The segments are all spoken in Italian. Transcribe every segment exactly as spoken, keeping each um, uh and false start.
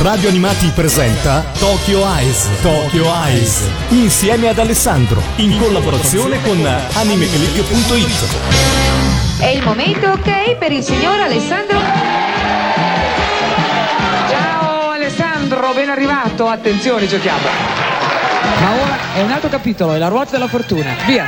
Radio Animati presenta Tokyo Eyes. Tokyo Eyes. Insieme ad Alessandro, in collaborazione con animeclick punto it. È il momento ok per il signor Alessandro. Ciao Alessandro, ben arrivato. Attenzione, giochiamo. Ma ora è un altro capitolo, è la ruota della fortuna. Via.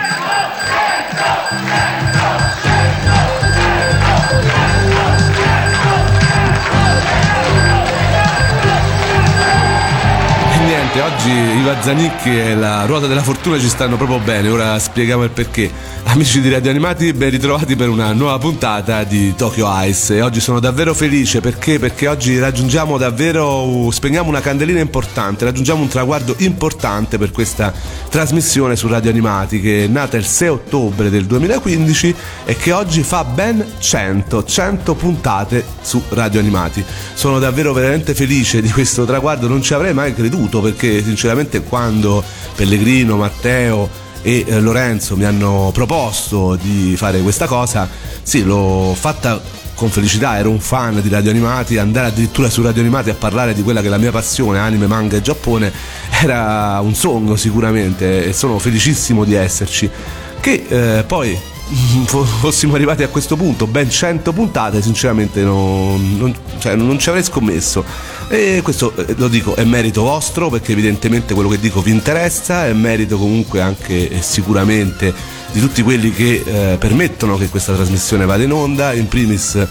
Niente, oggi Iva Zanicchi e la ruota della fortuna ci stanno proprio bene, ora spieghiamo il perché. Amici di Radio Animati, ben ritrovati per una nuova puntata di Tokyo Eyes e oggi sono davvero felice perché perché oggi raggiungiamo davvero, spegniamo una candelina importante, raggiungiamo un traguardo importante per questa trasmissione su Radio Animati che è nata il sei ottobre del duemilaquindici e che oggi fa ben cento puntate su Radio Animati. Sono davvero veramente felice di questo traguardo, non ci avrei mai creduto perché sinceramente quando Pellegrino, Matteo e eh, Lorenzo mi hanno proposto di fare questa cosa, sì, l'ho fatta con felicità, ero un fan di Radio Animati, andare addirittura su Radio Animati a parlare di quella che è la mia passione, anime, manga e Giappone, era un sogno sicuramente e sono felicissimo di esserci. Che eh, poi fossimo arrivati a questo punto, ben cento puntate, sinceramente non, non, cioè, non ci avrei scommesso. E questo eh, lo dico, è merito vostro perché evidentemente quello che dico vi interessa, è merito comunque anche eh, sicuramente di tutti quelli che eh, permettono che questa trasmissione vada in onda, in primis eh,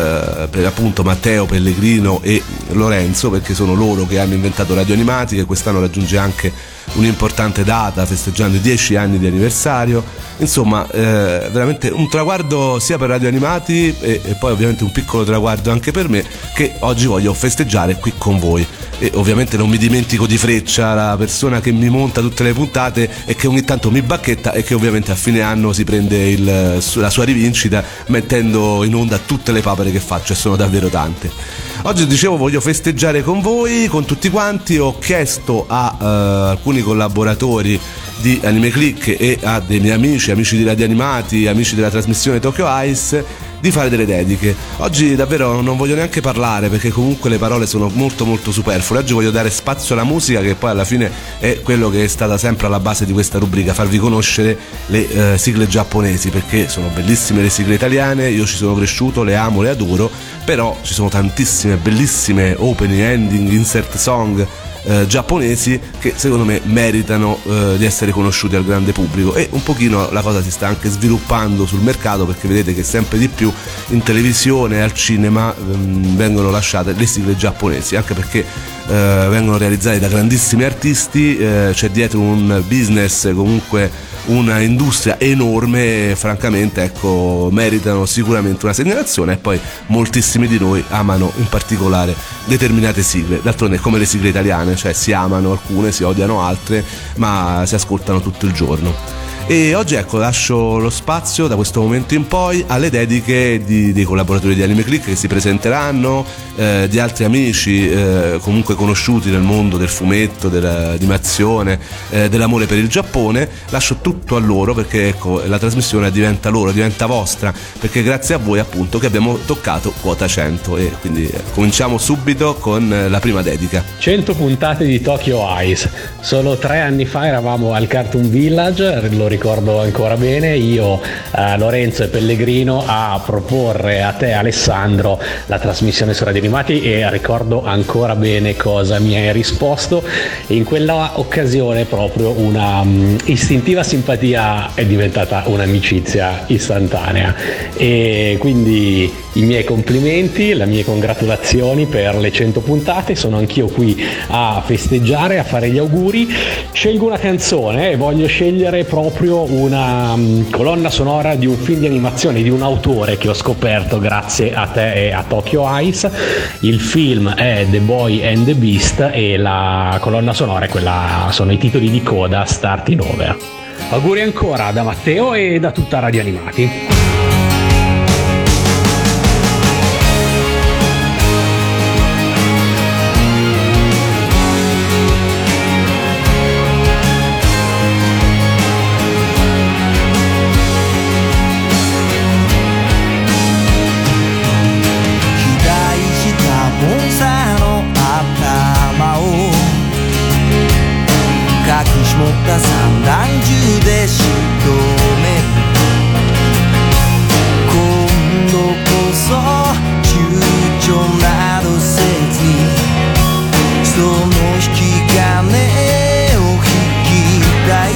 per appunto Matteo, Pellegrino e Lorenzo, perché sono loro che hanno inventato Radio Animati, che quest'anno raggiunge anche un'importante data festeggiando i dieci anni di anniversario. Insomma, eh, veramente un traguardo sia per Radio Animati e, e poi ovviamente un piccolo traguardo anche per me che oggi voglio festeggiare qui con voi. E ovviamente non mi dimentico di Freccia, la persona che mi monta tutte le puntate e che ogni tanto mi bacchetta e che ovviamente a fine anno si prende il, la sua rivincita mettendo in onda tutte le papere che faccio e sono davvero tante. Oggi dicevo voglio festeggiare con voi, con tutti quanti. Ho chiesto a uh, alcuni collaboratori di Animeclick e a dei miei amici, amici di Radio Animati, amici della trasmissione Tokyo Eyes, di fare delle dediche. Oggi davvero non voglio neanche parlare perché comunque le parole sono molto molto superflue. Oggi voglio dare spazio alla musica, che poi alla fine è quello che è stata sempre alla base di questa rubrica, farvi conoscere le eh, sigle giapponesi, perché sono bellissime le sigle italiane, io ci sono cresciuto, le amo, le adoro, però ci sono tantissime bellissime opening, ending, insert song Eh, giapponesi che secondo me meritano eh, di essere conosciuti al grande pubblico, e un pochino la cosa si sta anche sviluppando sul mercato perché vedete che sempre di più in televisione e al cinema ehm, vengono lasciate le sigle giapponesi, anche perché eh, vengono realizzate da grandissimi artisti, eh, c'è dietro un business, comunque una industria enorme, francamente ecco meritano sicuramente una segnalazione. E poi moltissimi di noi amano in particolare determinate sigle, d'altronde come le sigle italiane, cioè si amano alcune, si odiano altre, ma si ascoltano tutto il giorno. E oggi ecco lascio lo spazio da questo momento in poi alle dediche di, dei collaboratori di Animeclick che si presenteranno, eh, di altri amici eh, comunque conosciuti nel mondo del fumetto, dell'animazione, eh, dell'amore per il Giappone. Lascio tutto a loro perché ecco la trasmissione diventa loro, diventa vostra, perché grazie a voi appunto che abbiamo toccato quota cento. E quindi eh, cominciamo subito con eh, la prima dedica. cento puntate di Tokyo Eyes. Solo tre anni fa eravamo al Cartoon Village, lo ricordo ancora bene, io, eh, Lorenzo e Pellegrino a proporre a te Alessandro la trasmissione su Radio Animati, e ricordo ancora bene cosa mi hai risposto. In quella occasione proprio una um, istintiva simpatia è diventata un'amicizia istantanea, e quindi i miei complimenti, le mie congratulazioni per le cento puntate. Sono anch'io qui a festeggiare, a fare gli auguri. Scelgo una canzone e voglio scegliere proprio una um, colonna sonora di un film di animazione di un autore che ho scoperto grazie a te e a Tokyo Eyes. Il film è The Boy and the Beast e la colonna sonora è quella, sono i titoli di coda Starting Over. Auguri ancora da Matteo e da tutta Radio Animati. 「 持った散弾銃で仕留める今度こそ躊躇などせずその引き金を引きたい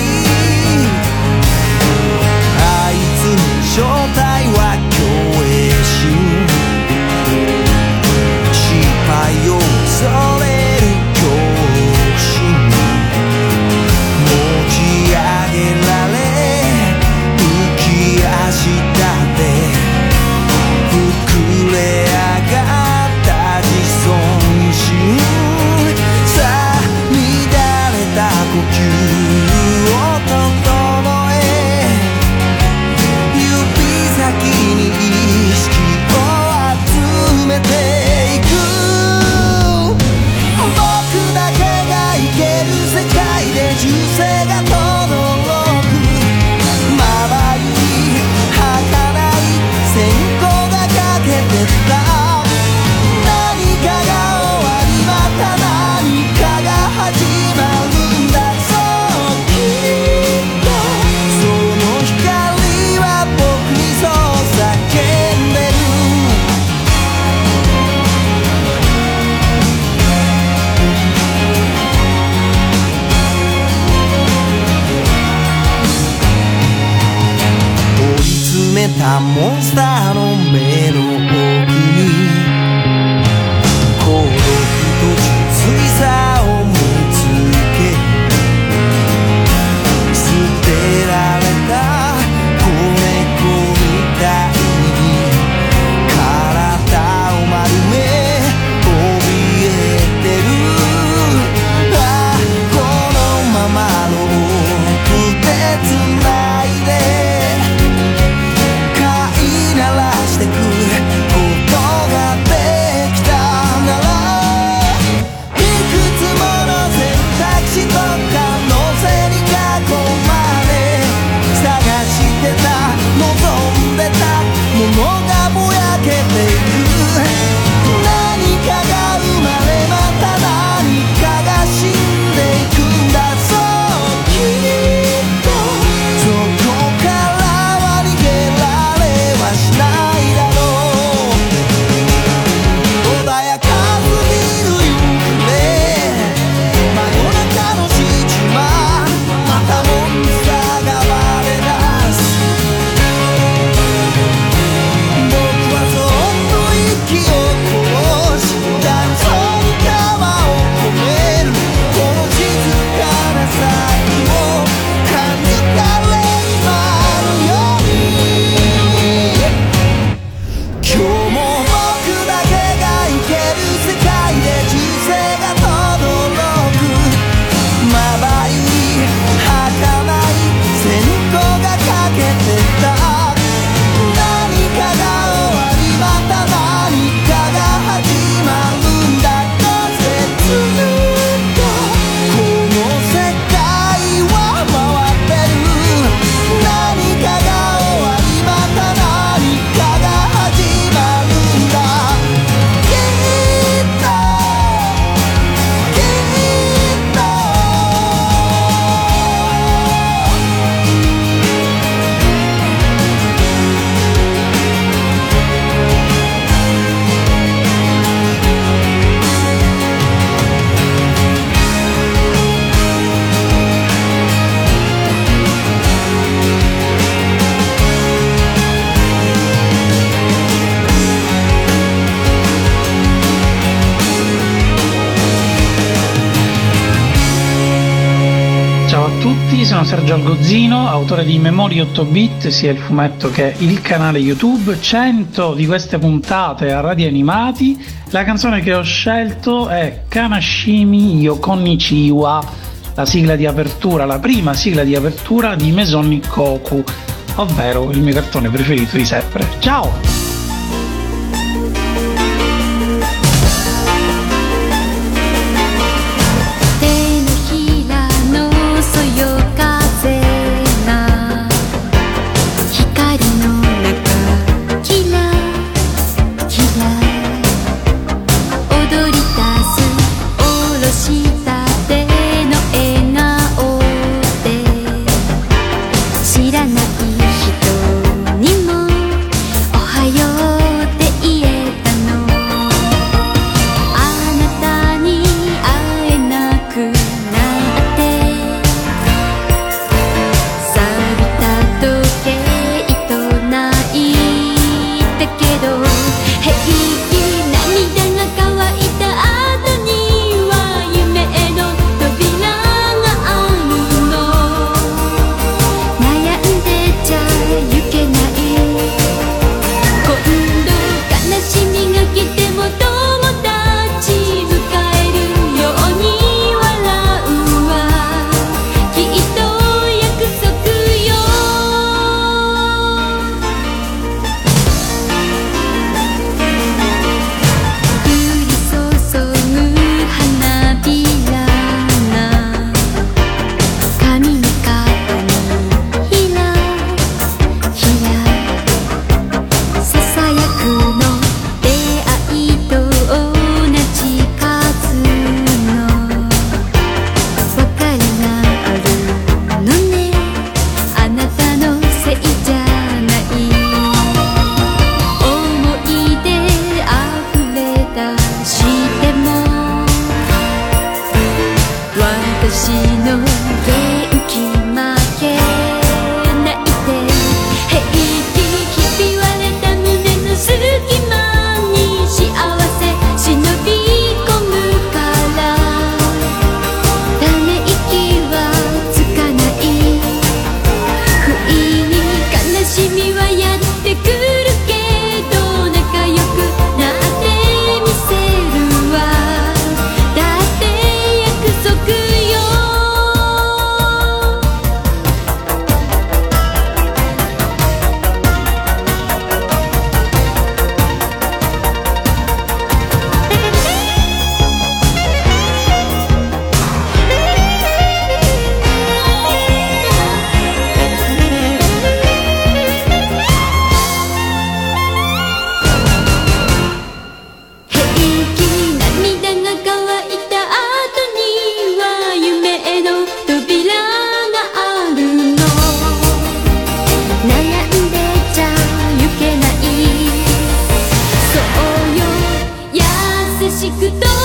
あいつの正体は共栄心失敗を恐れる恐怖心持ち上げられ浮き足立て膨れ上がった自尊心さあ乱れた呼吸を整え指先に意識を集めていく僕だけが生ける世界で銃声が轟くまばゆい儚い閃光がかけてた何かが終わりまた何かが始まるんだそうきっとその光は僕にそう叫んでる追い詰めたモンスターの目の奥に孤独と純粋さを見つけ捨てられた子猫みたいに体を丸め怯えてるああこのままの奥で繋いで飼いならしてくことができたならいくつもの選択肢と可能性に囲まれ探してた望んでたものがぼやけていく何かが生まれまた何かが死んでいくんだそうきっとそこからは逃げられはしないだろう穏やかすぎる夕暮れ真夜中の七時はまたモンスターが割れ出す僕はそっと息を殺し断層に玉を込めるこの静かなサインを感じたレイマーのように今日も僕だけが生ける世界で銃声が轟くまばゆい儚い閃光がかけてた何かが終わりまた何かが始まるんだと切とこの世界は回ってる何かが終わりまた何かが始まるんだきっときっと Ciao a tutti, sono Sergio Algozzino, autore di Memorie otto bit, sia il fumetto che il canale YouTube. cento di queste puntate a Radio Animati. La canzone che ho scelto è Kanashimi Yo Konnichiwa, la sigla di apertura, la prima sigla di apertura di Maison Ikkoku, ovvero il mio cartone preferito di sempre. Ciao! したての笑顔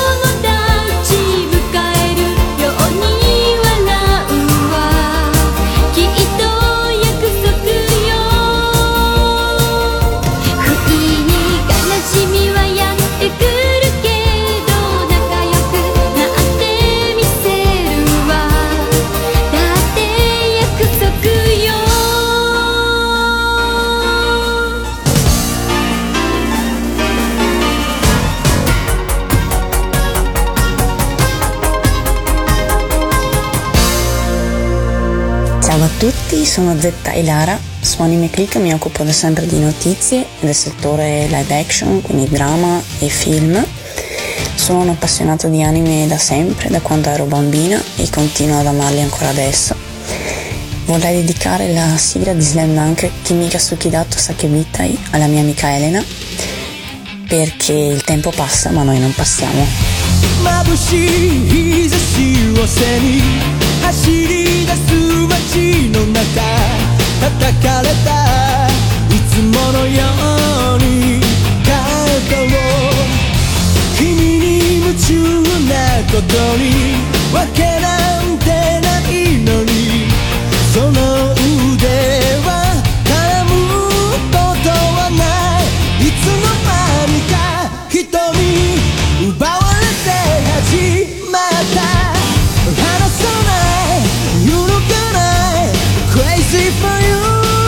Ciao a tutti, sono Zetta Ilara, su Anime Click mi occupo da sempre di notizie del settore live action, quindi drama e film. Sono un appassionato di anime da sempre, da quando ero bambina e continuo ad amarli ancora adesso. Vorrei dedicare la sigla di Slam Dunk Kimi ga Sukidato Sakebitai alla mia amica Elena, perché il tempo passa ma noi non passiamo. 眩しい日差しを背に走り出す街の中叩かれたいつものようにカードを君に夢中なことにわけなんてないのにその腕は絡むことはないいつの間にか瞳奪われ始まった離さない揺るがない Crazy for you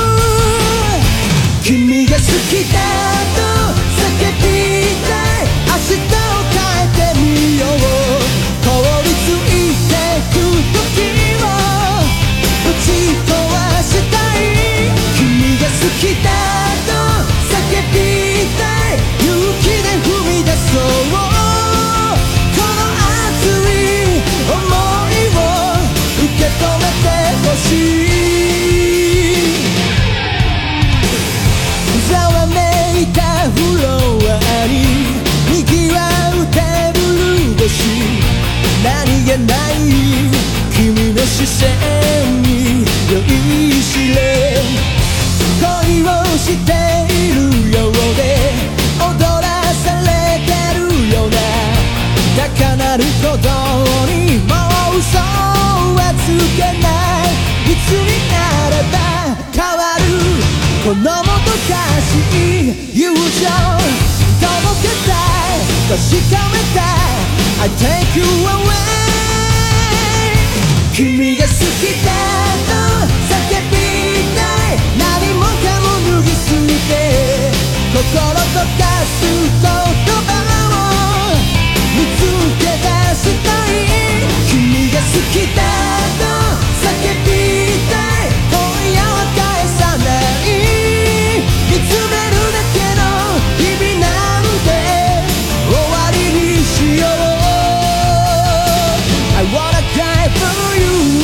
君が好きだと叫びたい明日を変えてみよう凍りついてく時をぶち壊したい君が好きだと叫びたい勇気で踏み出そうざわめいたフロアに賑わうテーブル越し何気ない君の視線に酔いしれ恋をしているようで踊らされてるような高鳴る鼓動にもう嘘はつけないいつになれば変わるこのもどかしい友情届けたい確かめたい I take you away 君が好きだと叫びたい何もかも脱ぎ捨て心溶かす言葉を見つけ出したい君が好きだと叫びたい今夜は返さない見つめるだけの日々なんて終わりにしよう I wanna cry for you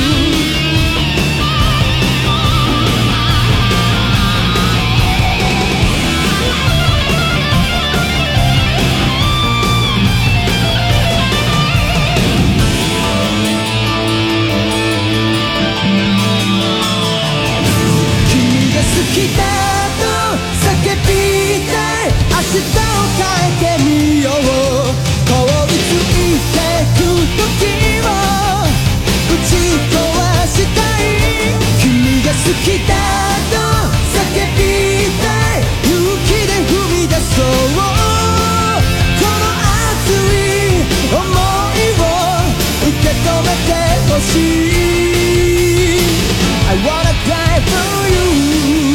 好きだと叫びたい明日を変えてみよう凍りついてく時をぶち壊したい君が好きだと叫びたい勇気で踏み出そうこの熱い想いを受け止めてほしい I wanna cry for you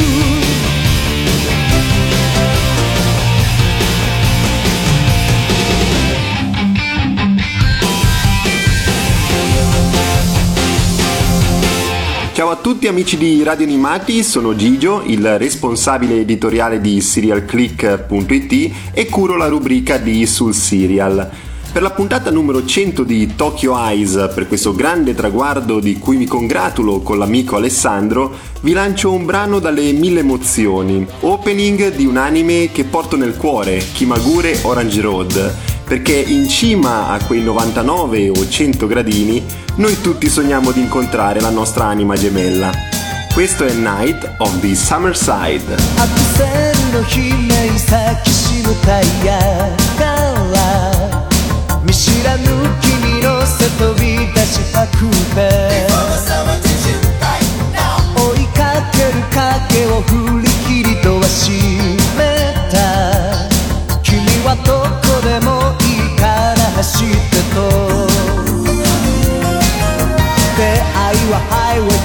Ciao a tutti amici di Radio Animati, sono Gigio, il responsabile editoriale di serial click punto it e curo la rubrica di Sul Serial. Per la puntata numero cento di Tokyo Eyes, per questo grande traguardo di cui mi congratulo con l'amico Alessandro, vi lancio un brano dalle mille emozioni, opening di un anime che porto nel cuore, Kimagure Orange Road, perché in cima a quei novantanove o cento gradini noi tutti sogniamo di incontrare la nostra anima gemella. Questo è Night of the Summer Side.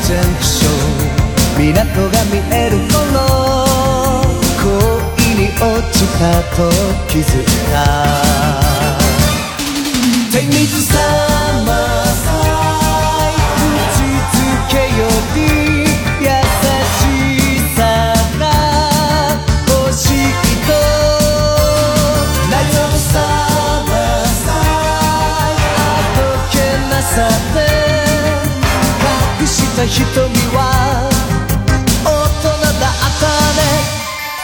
ジャンクション港が見える頃恋に落ちたと気づいた Take me to summer side 口づけより優しさが欲しいと Night of summer side あどけなさで隠した瞳は大人だったね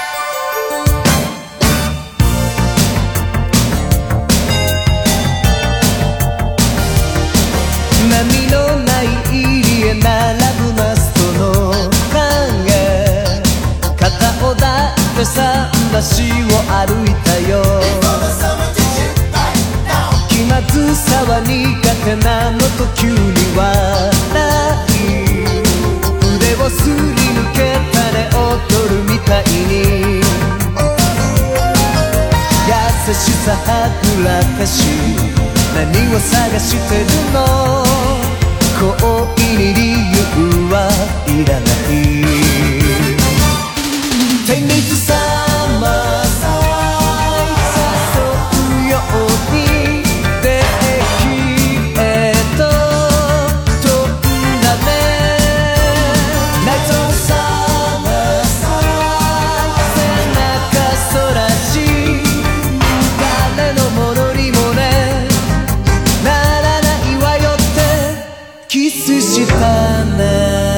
波のない入りへ並ぶマストの影肩を抱いて桟橋を歩いたよ気まずさは苦手なのと急に笑い腕をすり抜けたね踊るみたいに優しさはぐらかし何を探してるの恋に理由はいらない Take me to summer side 誘うようにできへと飛んだね Night of summer side 背中そらし誰のものにもねならないわよってキスしたね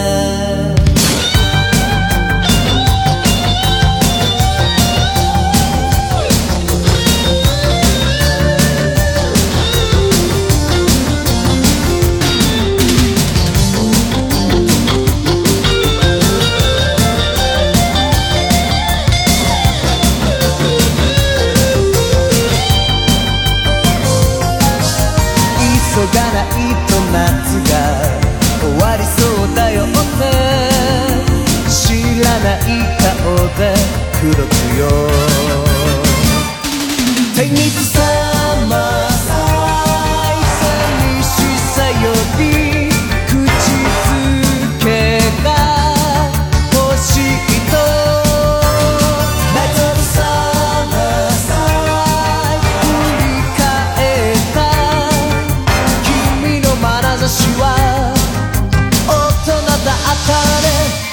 急がないと夏が終わりそうだよって知らない顔で口説くよ Take me to summer side 寂しさより口づけが欲しいと Night of summer side 振り返った君の眼差しは大人だったね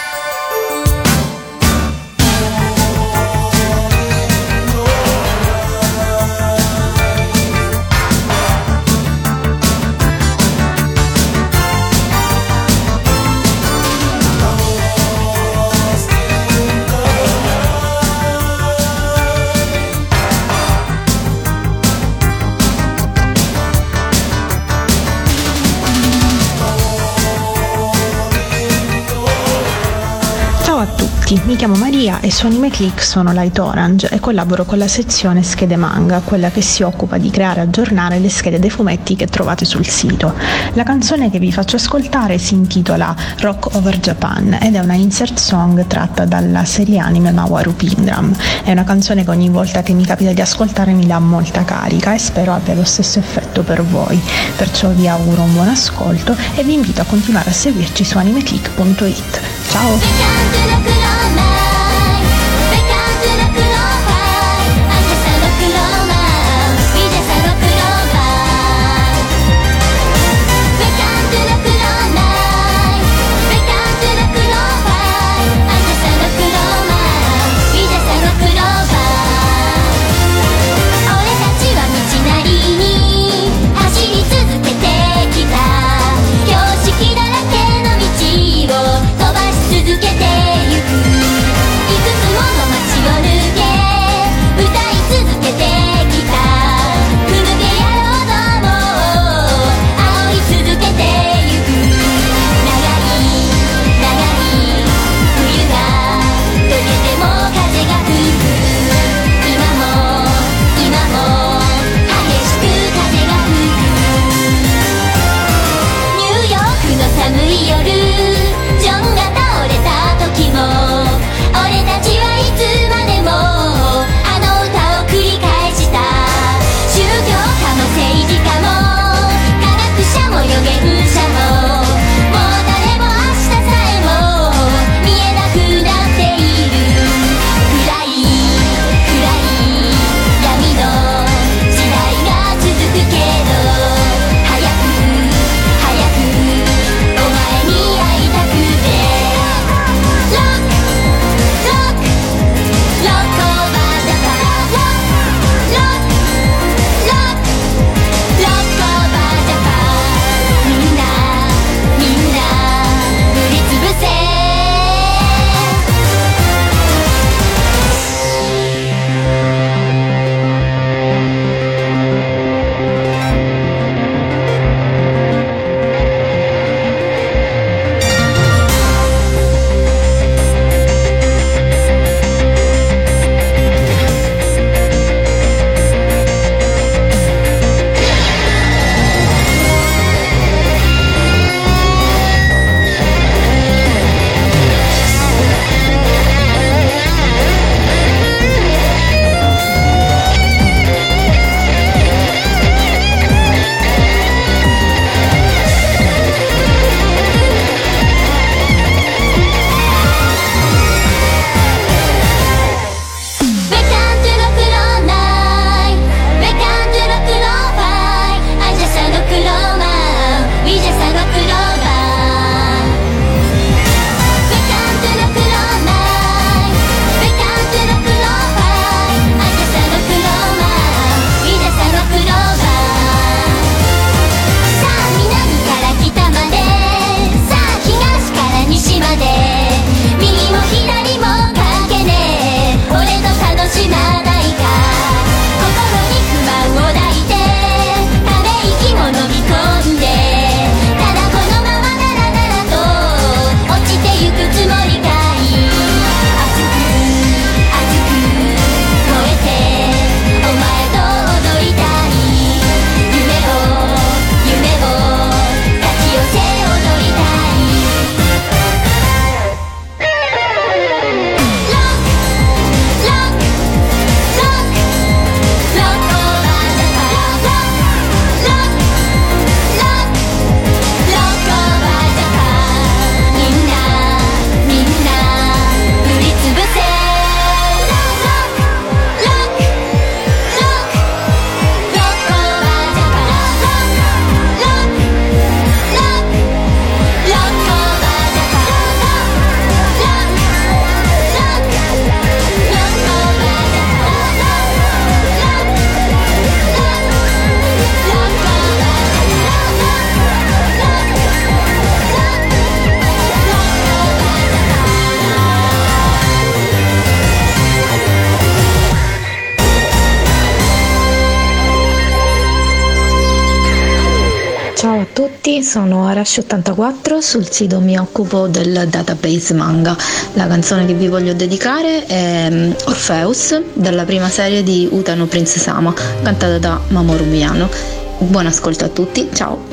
Ciao a tutti, mi chiamo Maria e su Anime Click sono Light Orange e collaboro con la sezione schede manga, quella che si occupa di creare e aggiornare le schede dei fumetti che trovate sul sito. La canzone che vi faccio ascoltare si intitola Rock Over Japan ed è una insert song tratta dalla serie anime Mawaru Pindram. È una canzone che ogni volta che mi capita di ascoltare mi dà molta carica e spero abbia lo stesso effetto per voi. Perciò vi auguro un buon ascolto e vi invito a continuare a seguirci su animeclick punto it. Ciao! 「飛ばし続けてゆく」 tutti, sono Arashi ottantaquattro, sul sito mi occupo del database manga. La canzone che vi voglio dedicare è Orpheus, dalla prima serie di Utano Prince Sama, cantata da Mamoru Miyano. Buon ascolto a tutti, ciao!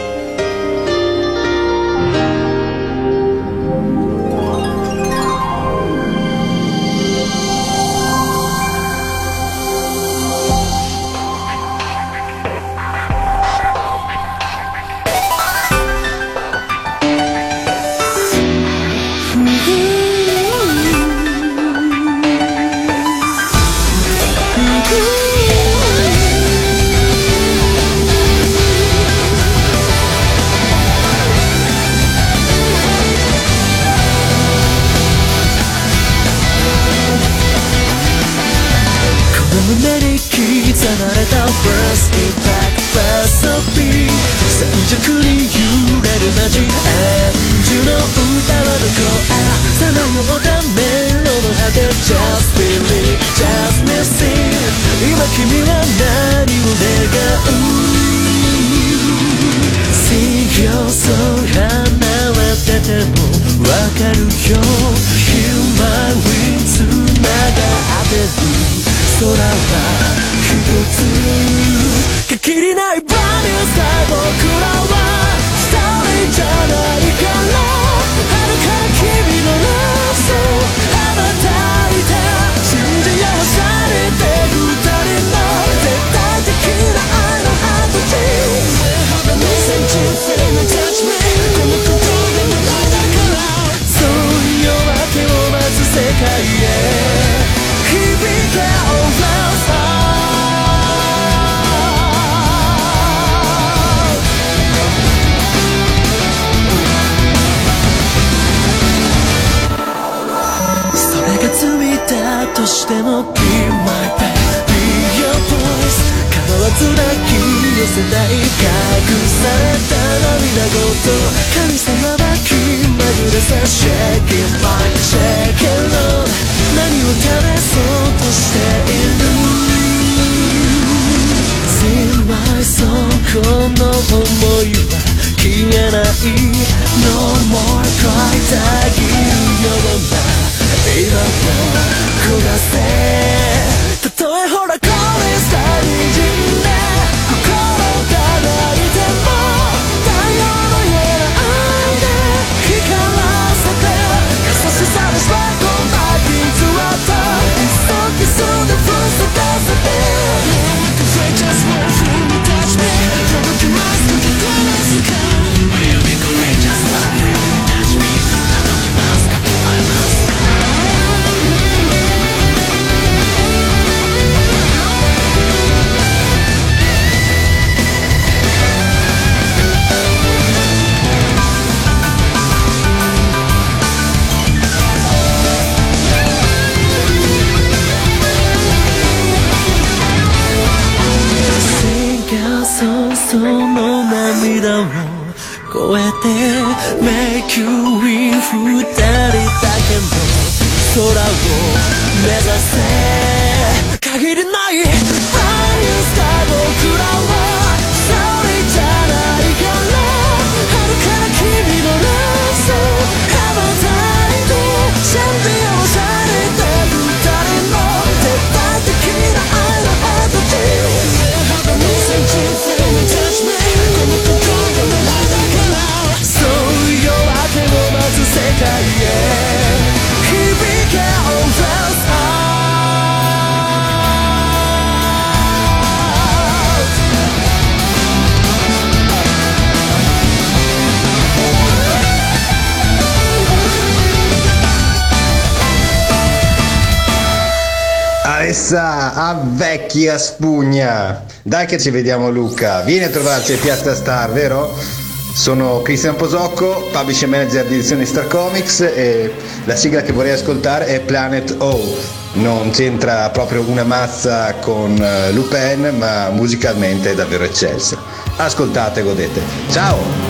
'Essa a vecchia spugna. Dai che ci vediamo, Luca. Vieni a trovarci a Piazza Star, vero? Sono Cristian Posocco, publisher manager di edizioni Star Comics, e la sigla che vorrei ascoltare è Planet O. Non c'entra proprio una mazza con Lupin, ma musicalmente è davvero eccelsa. Ascoltate e godete. Ciao!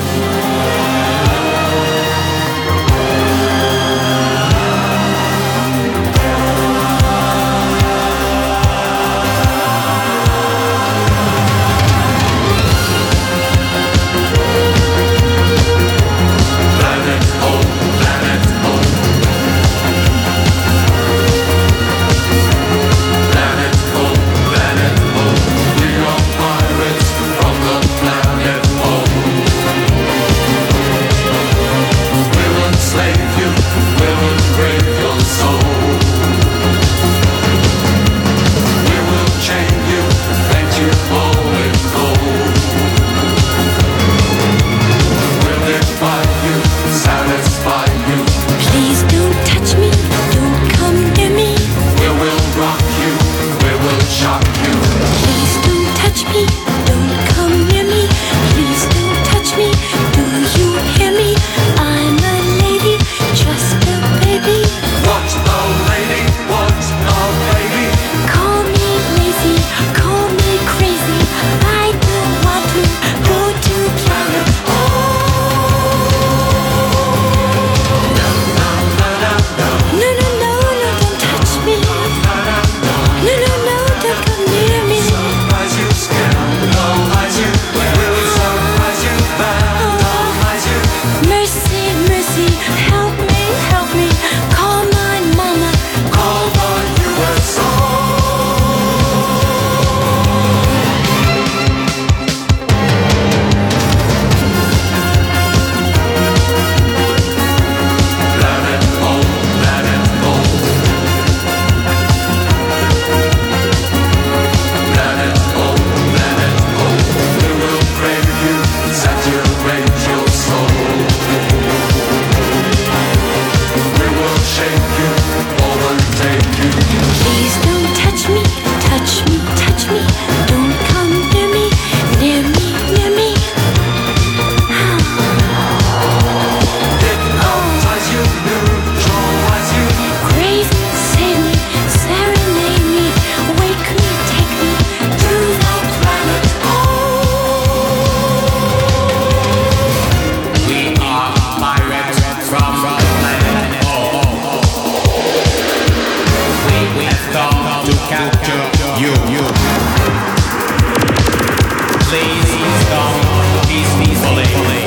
Please stop peacefully.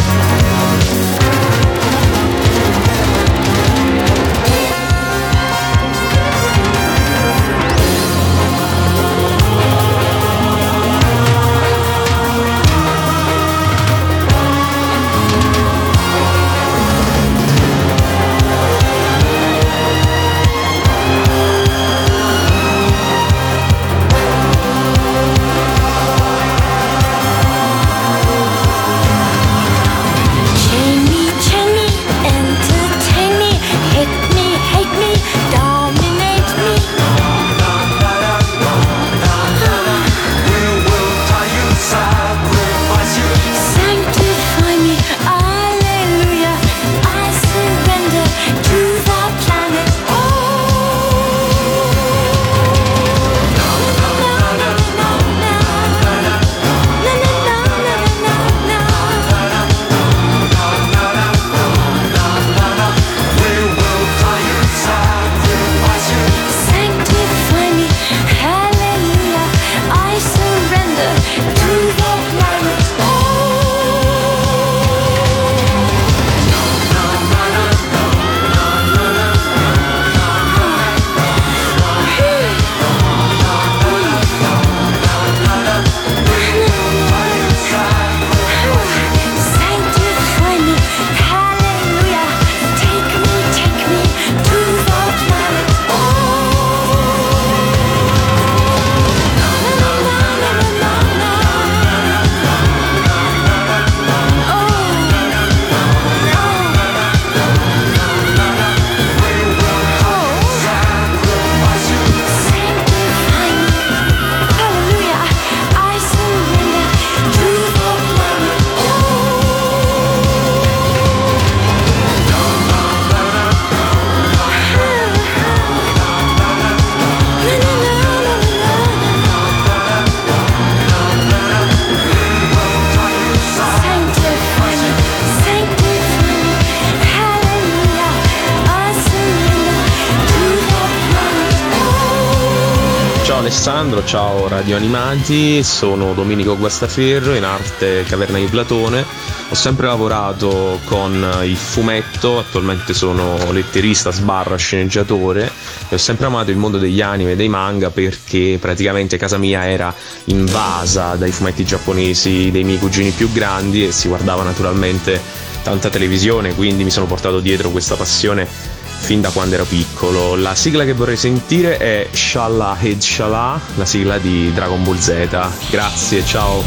Alessandro, ciao Radio Animati, sono Domenico Guastaferro, in arte Caverna di Platone. Ho sempre lavorato con il fumetto, attualmente sono letterista sbarra sceneggiatore e ho sempre amato il mondo degli anime e dei manga perché praticamente casa mia era invasa dai fumetti giapponesi dei miei cugini più grandi e si guardava naturalmente tanta televisione, quindi mi sono portato dietro questa passione fin da quando ero piccolo. La sigla che vorrei sentire è Shala Head Shala, la sigla di Dragon Ball Z. Grazie, ciao.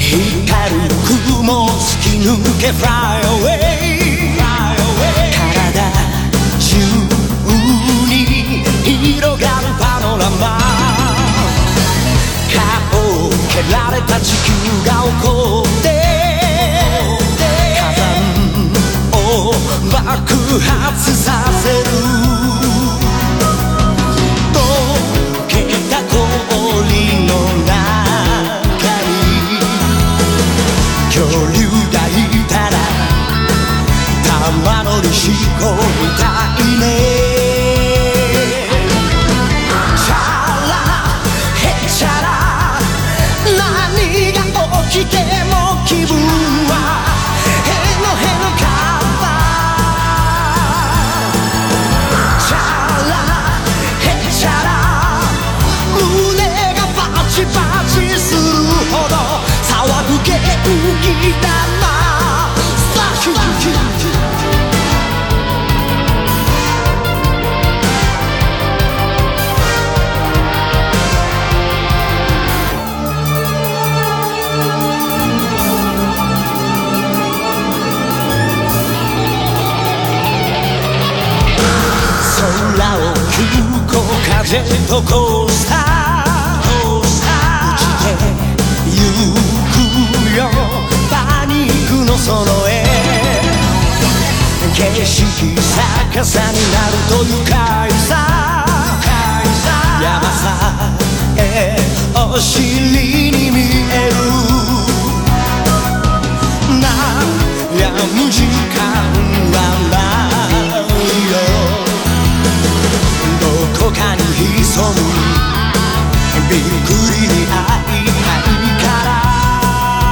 Be good in the eye, eye,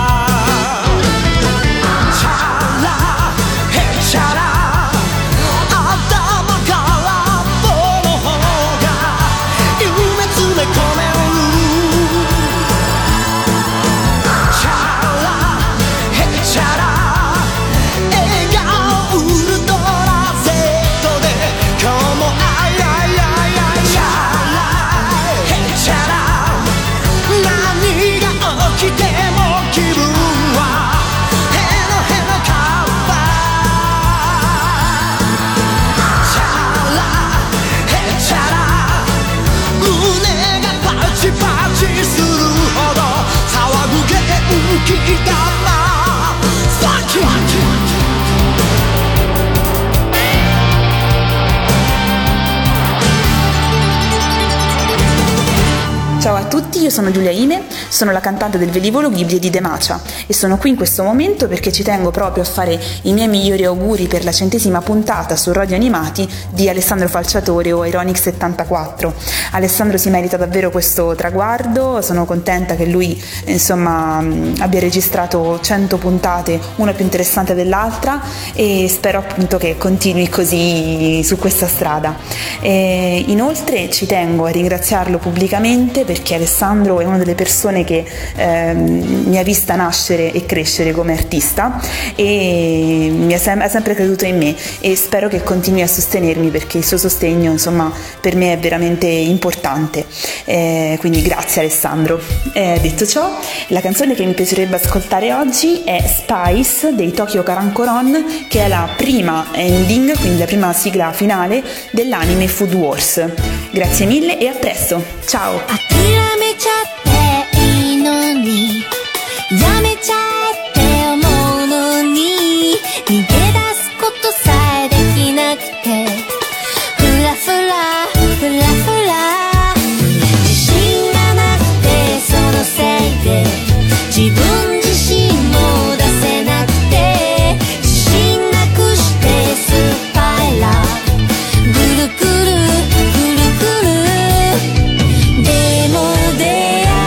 き玉Fuck you Ciao a tutti, io sono Giulia Ime, sono la cantante del velivolo Ghibli di Demacia e sono qui in questo momento perché ci tengo proprio a fare i miei migliori auguri per la centesima puntata su Radio Animati di Alessandro Falciatore o Ironic settantaquattro. Alessandro si merita davvero questo traguardo, sono contenta che lui insomma abbia registrato cento puntate, una più interessante dell'altra, e spero appunto che continui così su questa strada. E inoltre ci tengo a ringraziarlo pubblicamente perché Alessandro è una delle persone che ehm, mi ha vista nascere e crescere come artista e mi ha, sem- ha sempre creduto in me, e spero che continui a sostenermi perché il suo sostegno insomma per me è veramente importante, eh, quindi grazie Alessandro. Eh, detto ciò, la canzone che mi piacerebbe ascoltare oggi è Spice dei Tokyo Karankoron, che è la prima ending, quindi la prima sigla finale dell'anime Food Wars. Grazie mille e a presto, ciao! 諦めちゃっていいのにやめちゃえって思うのに逃げ出すことさえできなくてフラフラフラフラ自信がなくてそのせいで自分自身も出せなくて自信なくしてスパイラーぐるぐるぐるぐるでも出会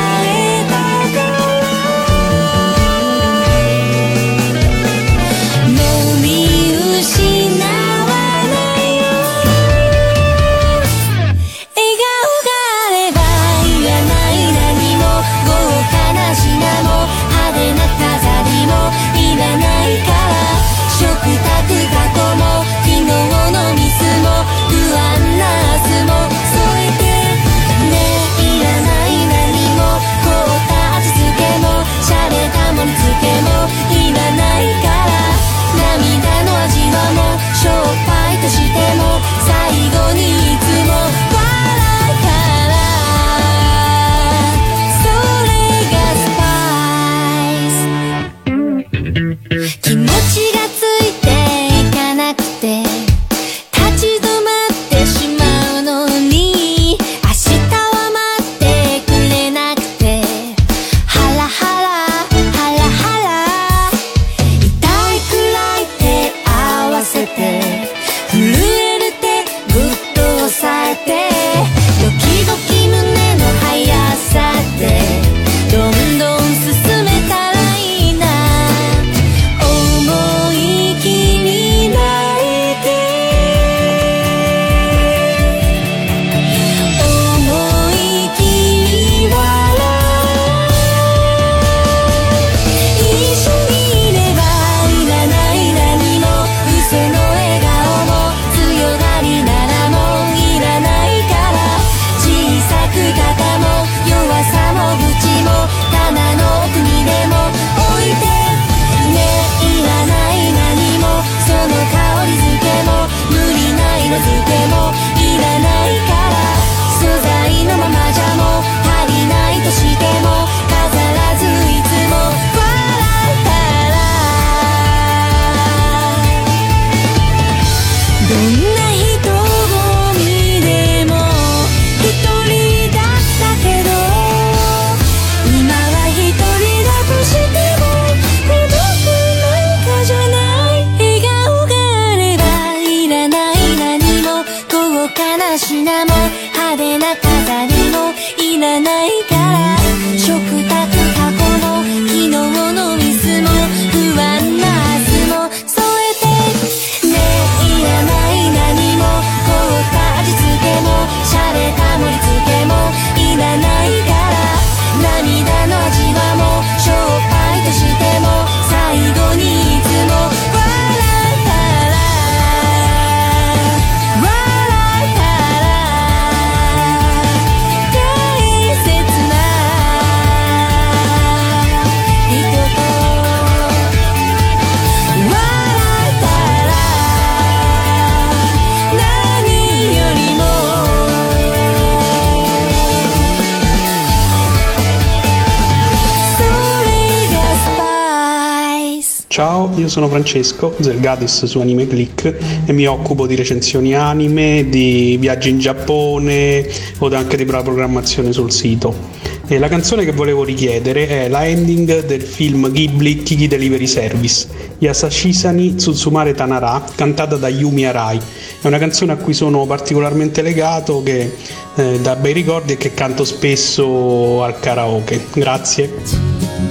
Ciao, io sono Francesco, Zergadis su Anime Click e mi occupo di recensioni anime, di viaggi in Giappone o anche di programmazione sul sito. E la canzone che volevo richiedere è la ending del film Ghibli Kiki Delivery Service, Yasashisani Tsutsumare Tanara, cantata da Yumi Arai. È una canzone a cui sono particolarmente legato, che eh, dà bei ricordi e che canto spesso al karaoke. Grazie.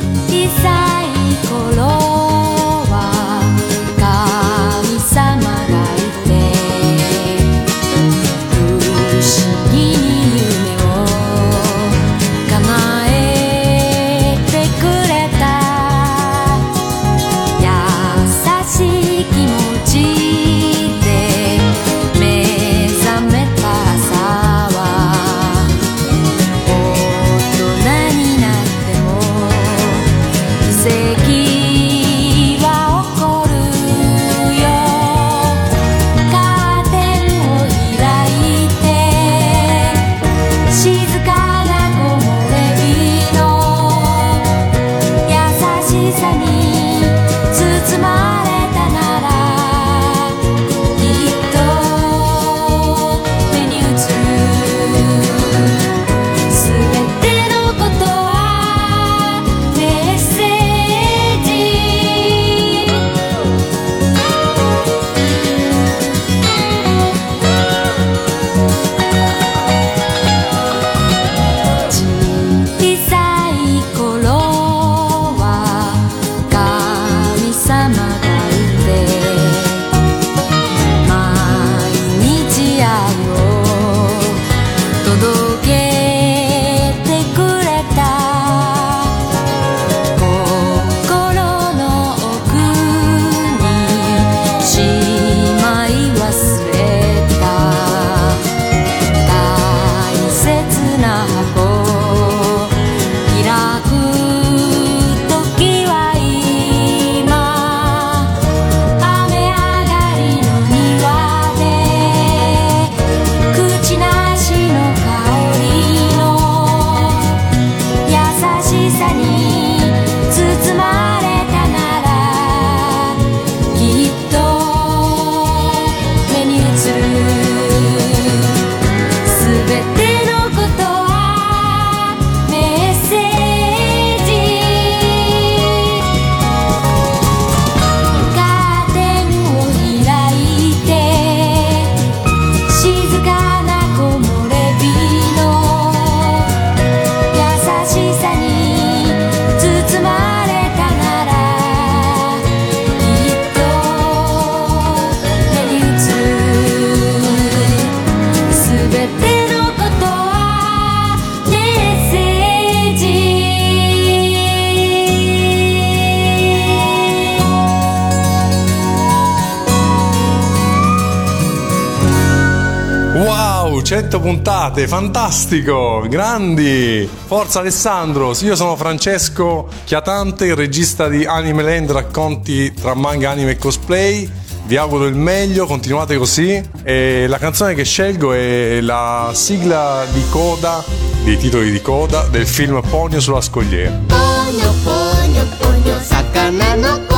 100 puntate, fantastico, grandi, forza Alessandro. Io sono Francesco Chiatante, il regista di Anime Land, racconti tra manga, anime e cosplay. Vi auguro il meglio, continuate così. E la canzone che scelgo è la sigla di coda, dei titoli di coda del film Ponyo sulla scogliera. Ponyo, ponyo, ponyo, sakana no ko,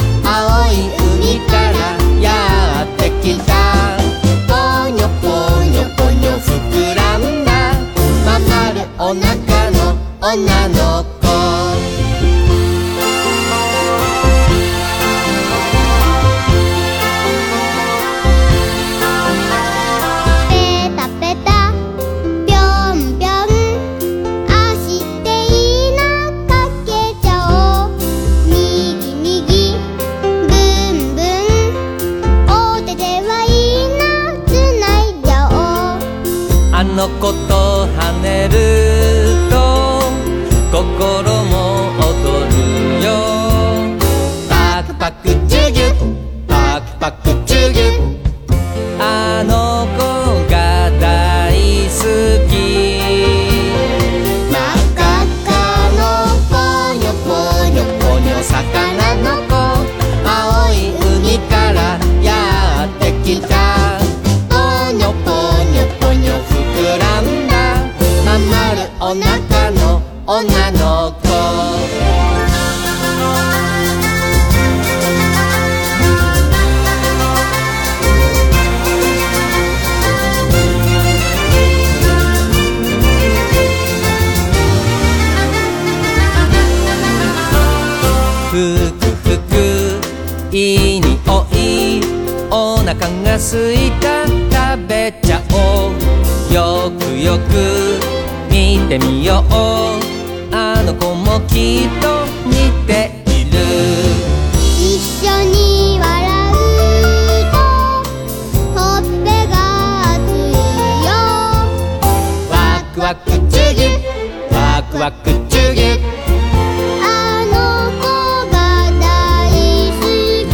aoi umi kara yatte kita. Ponyo, ponyo, ponyo, fukuranda, mamaru onaka no onna no ko. 「あの子と跳ねると心も躍るよ」「パクパクチュギュパクパクチュギュ」「あの子が大好き」「真っ赤っかのぽにょぽにょぽにょ魚の子」「青い海からやってきた」お腹の女の子ふくふくいい匂いお腹が空いた食べちゃおうよくよく見てみようあの子もきっと似ている一緒に笑うとほっぺが熱いよワクワクチュギュワクワクチュギュあの子が大好き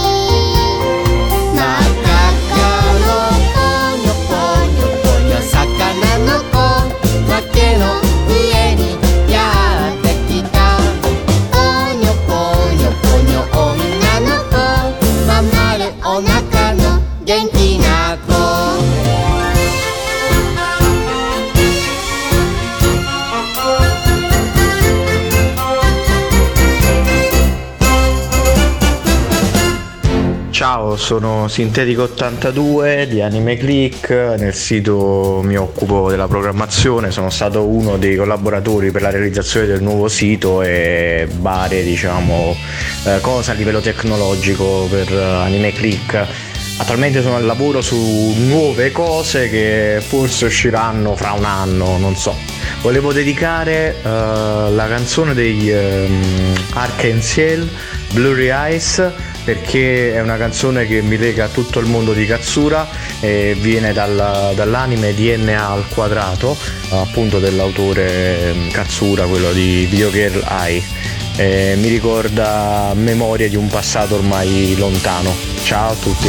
真っ赤っかのポニョポニョポニョ魚の子崖の上にやってきたポニョポニョポニョ女の子まんまるお腹の元気な子 Ciao, sono Sintetico ottantadue di Anime Click, nel sito mi occupo della programmazione, sono stato uno dei collaboratori per la realizzazione del nuovo sito e varie diciamo eh, cose a livello tecnologico per Anime Click. Attualmente sono al lavoro su nuove cose che forse usciranno fra un anno, non so. Volevo dedicare uh, la canzone degli um, Arc-en-Ciel, Blurry Eyes, perché è una canzone che mi lega a tutto il mondo di Katsura e viene dal, dall'anime D N A al quadrato, appunto dell'autore Katsura, quello di Video Girl Ai. E mi ricorda memorie di un passato ormai lontano. Ciao a tutti.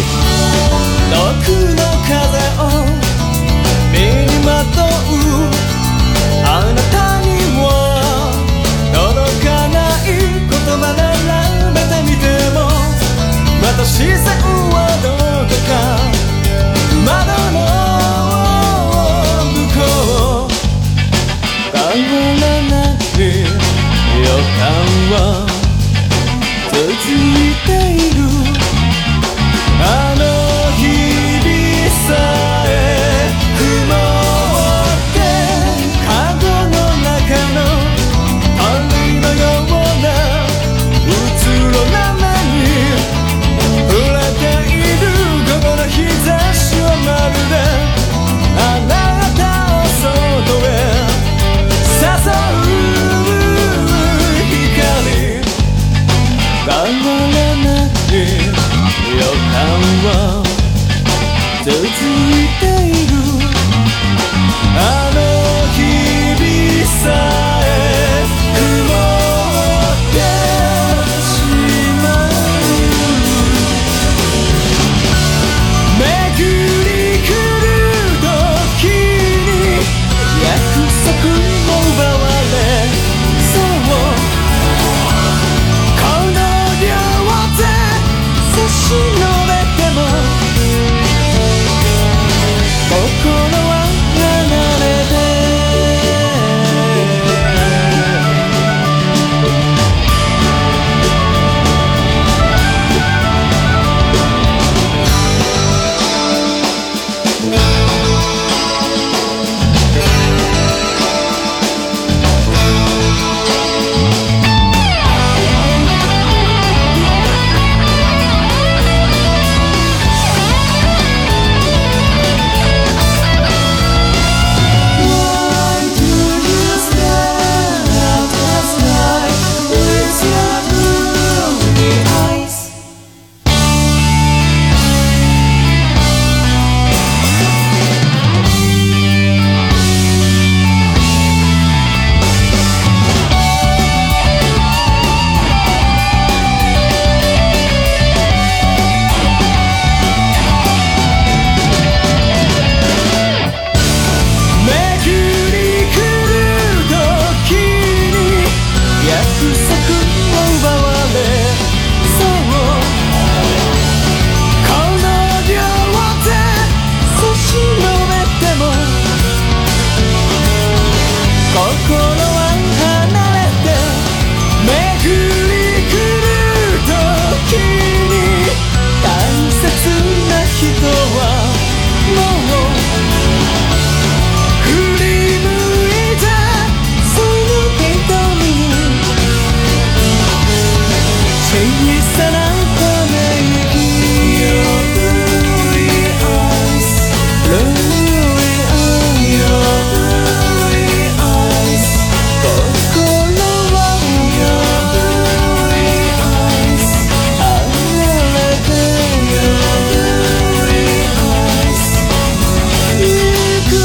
Maybe Sanantameki Your blurry eyes Blurry eyes Your blurry eyes Kokoro wa Your blurry eyes Amarete Your blurry eyes Yuku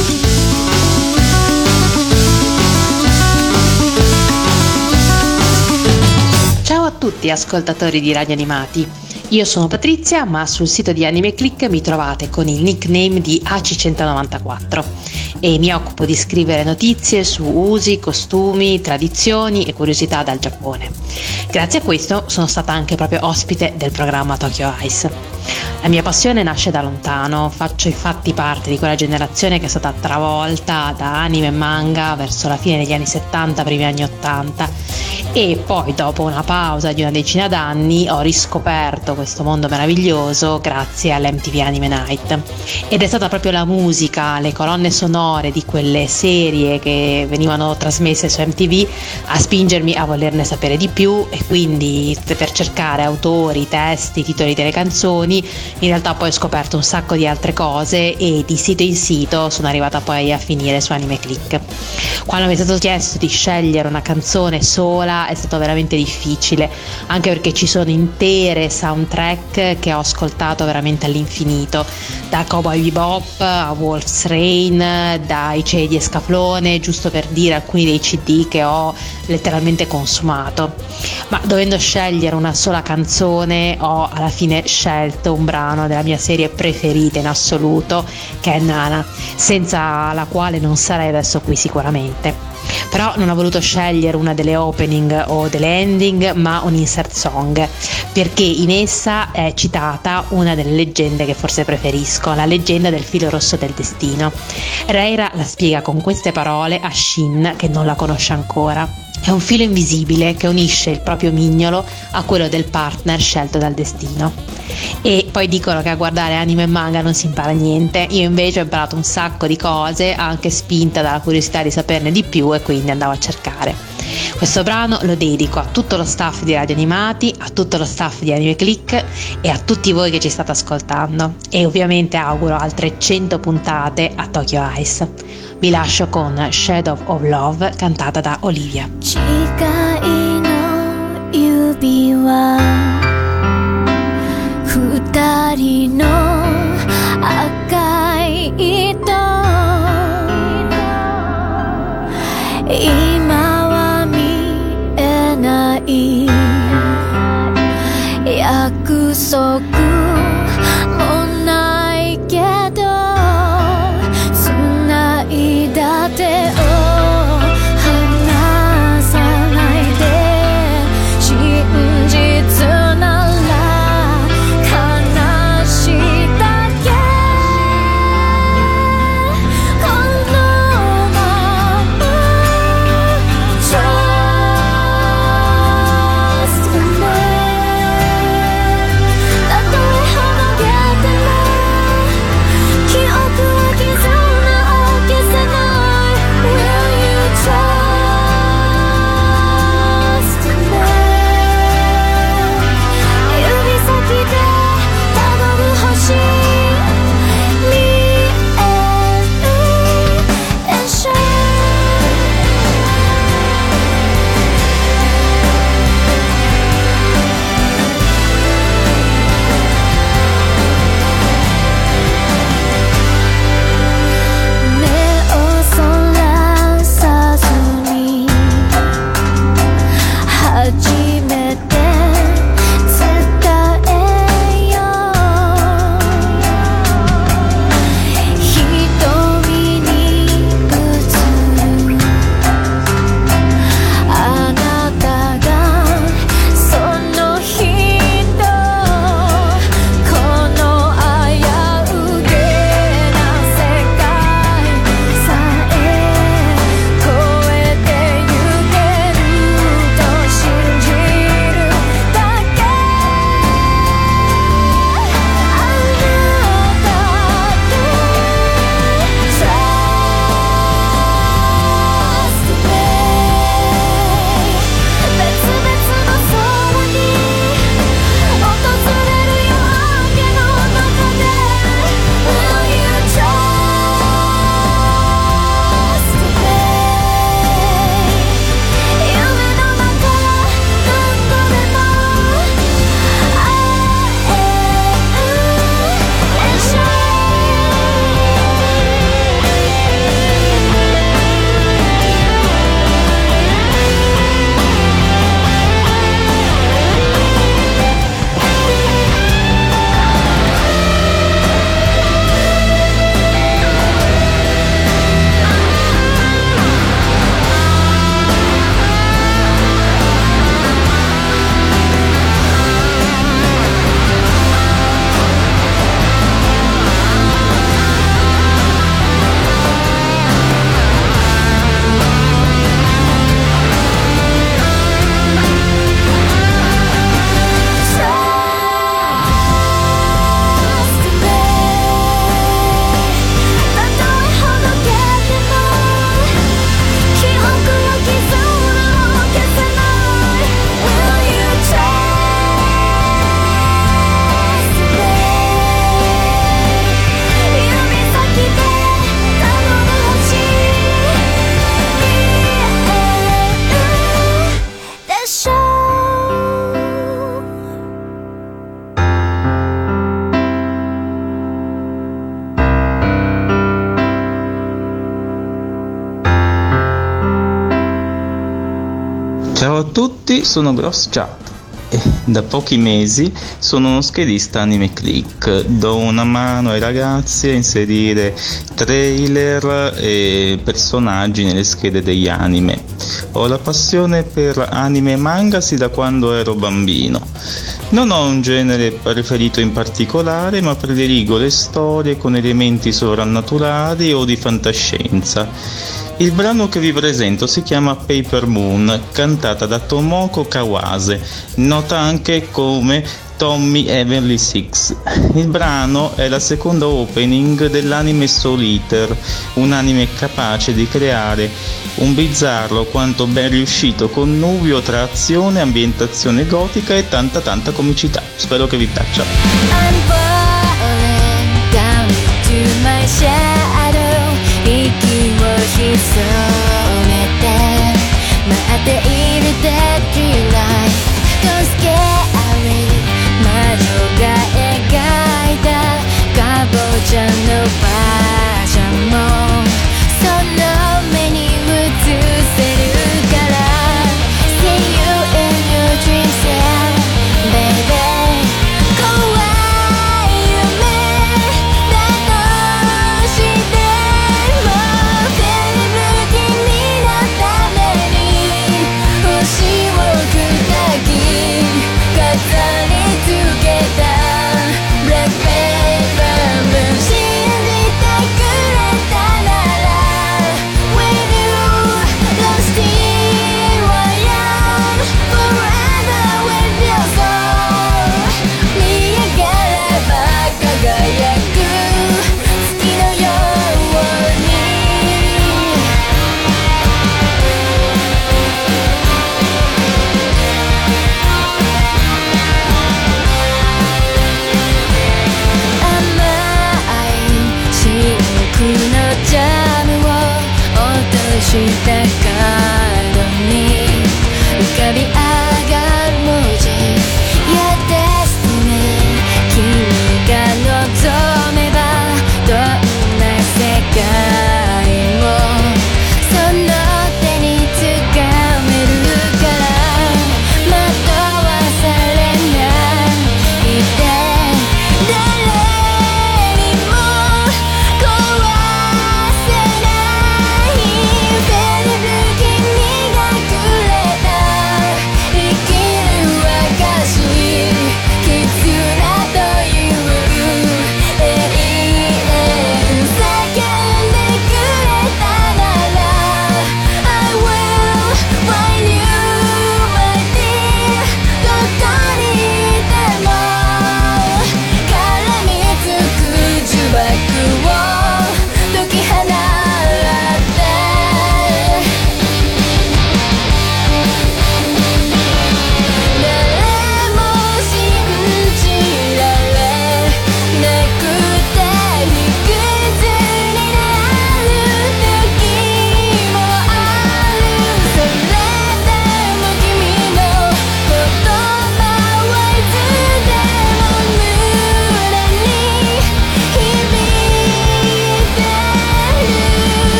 Ciao a tutti ascoltatori di Radio Animati, io sono Patrizia, ma sul sito di Anime Click mi trovate con il nickname di A C centonovantaquattro e mi occupo di scrivere notizie su usi, costumi, tradizioni e curiosità dal Giappone. Grazie a questo sono stata anche proprio ospite del programma Tokyo Ice. La mia passione nasce da lontano, faccio infatti parte di quella generazione che è stata travolta da anime e manga verso la fine degli anni settanta, primi anni ottanta, e poi dopo una pausa di una decina d'anni ho riscoperto questo mondo meraviglioso grazie all'M T V Anime Night, ed è stata proprio la musica, le colonne sonore di quelle serie che venivano trasmesse su M T V a spingermi a volerne sapere di più, e quindi per cercare autori, testi, titoli delle canzoni in realtà poi ho scoperto un sacco di altre cose e di sito in sito sono arrivata poi a finire su Anime Click. Quando mi è stato chiesto di scegliere una canzone sola è stato veramente difficile, anche perché ci sono intere soundtrack che ho ascoltato veramente all'infinito, da Cowboy Bebop a Wolf's Rain, dai C D di Escaflone, giusto per dire alcuni dei C D che ho letteralmente consumato. Ma dovendo scegliere una sola canzone ho alla fine scelto un brano della mia serie preferita in assoluto, che è Nana, senza la quale non sarei adesso qui sicuramente. Però non ho voluto scegliere una delle opening o delle ending, ma un insert song, perché in essa è citata una delle leggende che forse preferisco, la leggenda del filo rosso del destino. Reira la spiega con queste parole a Shin, che non la conosce ancora. È un filo invisibile che unisce il proprio mignolo a quello del partner scelto dal destino. E poi dicono che a guardare anime e manga non si impara niente. Io invece ho imparato un sacco di cose, anche spinta dalla curiosità di saperne di più, e quindi andavo a cercare. Questo brano lo dedico a tutto lo staff di Radio Animati, a tutto lo staff di Anime Click e a tutti voi che ci state ascoltando, e ovviamente auguro altre cento puntate a Tokyo Ice. Vi lascio con Shadow of Love, cantata da Olivia. 誓いの指は二人の赤い糸今は見えない約束もないけど繋いだ手を離さないで真実なら悲しいだけこのまま Trust me だと Ciao a tutti, sono Gross Chat e da pochi mesi sono uno schedista Anime Click. Do una mano ai ragazzi a inserire trailer e personaggi nelle schede degli anime. Ho la passione per anime e manga sin da quando ero bambino. Non ho un genere preferito in particolare, ma prediligo le storie con elementi sovrannaturali o di fantascienza. Il brano che vi presento si chiama Paper Moon, cantata da Tomoko Kawase, nota anche come Tommy Heavenly Six. Il brano è la seconda opening dell'anime Soul Eater, un anime capace di creare un bizzarro quanto ben riuscito connubio tra azione, ambientazione gotica e tanta tanta comicità. Spero che vi piaccia. I'm falling down to my shadow 息を潜めて待っている Deadly Light Don't scary 魔女が描いたかぼちゃのパジャマその目に映せるから See you in your dreams yeah baby 怖い夢だとして君のために星を砕き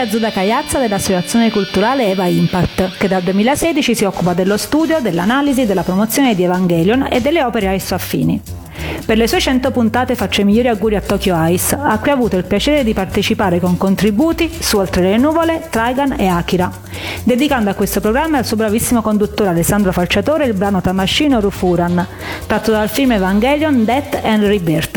Maria Zuda Cagliazza dell'associazione culturale Eva Impact, che dal duemilasedici si occupa dello studio, dell'analisi e della promozione di Evangelion e delle opere a esso affini. Per le sue cento puntate faccio i migliori auguri a Tokyo Ice, a cui ha avuto il piacere di partecipare con contributi su Oltre le nuvole, Trigun e Akira, dedicando a questo programma e al suo bravissimo conduttore Alessandro Falciatore il brano Tamashino Rufuran, tratto dal film Evangelion Death and Rebirth.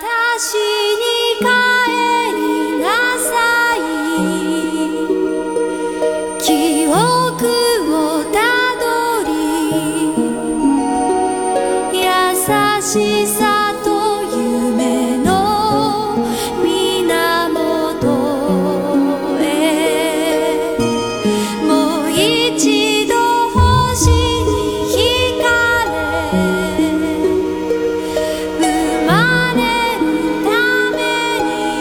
しさと夢の源へもう一度星に惹かれ生まれるために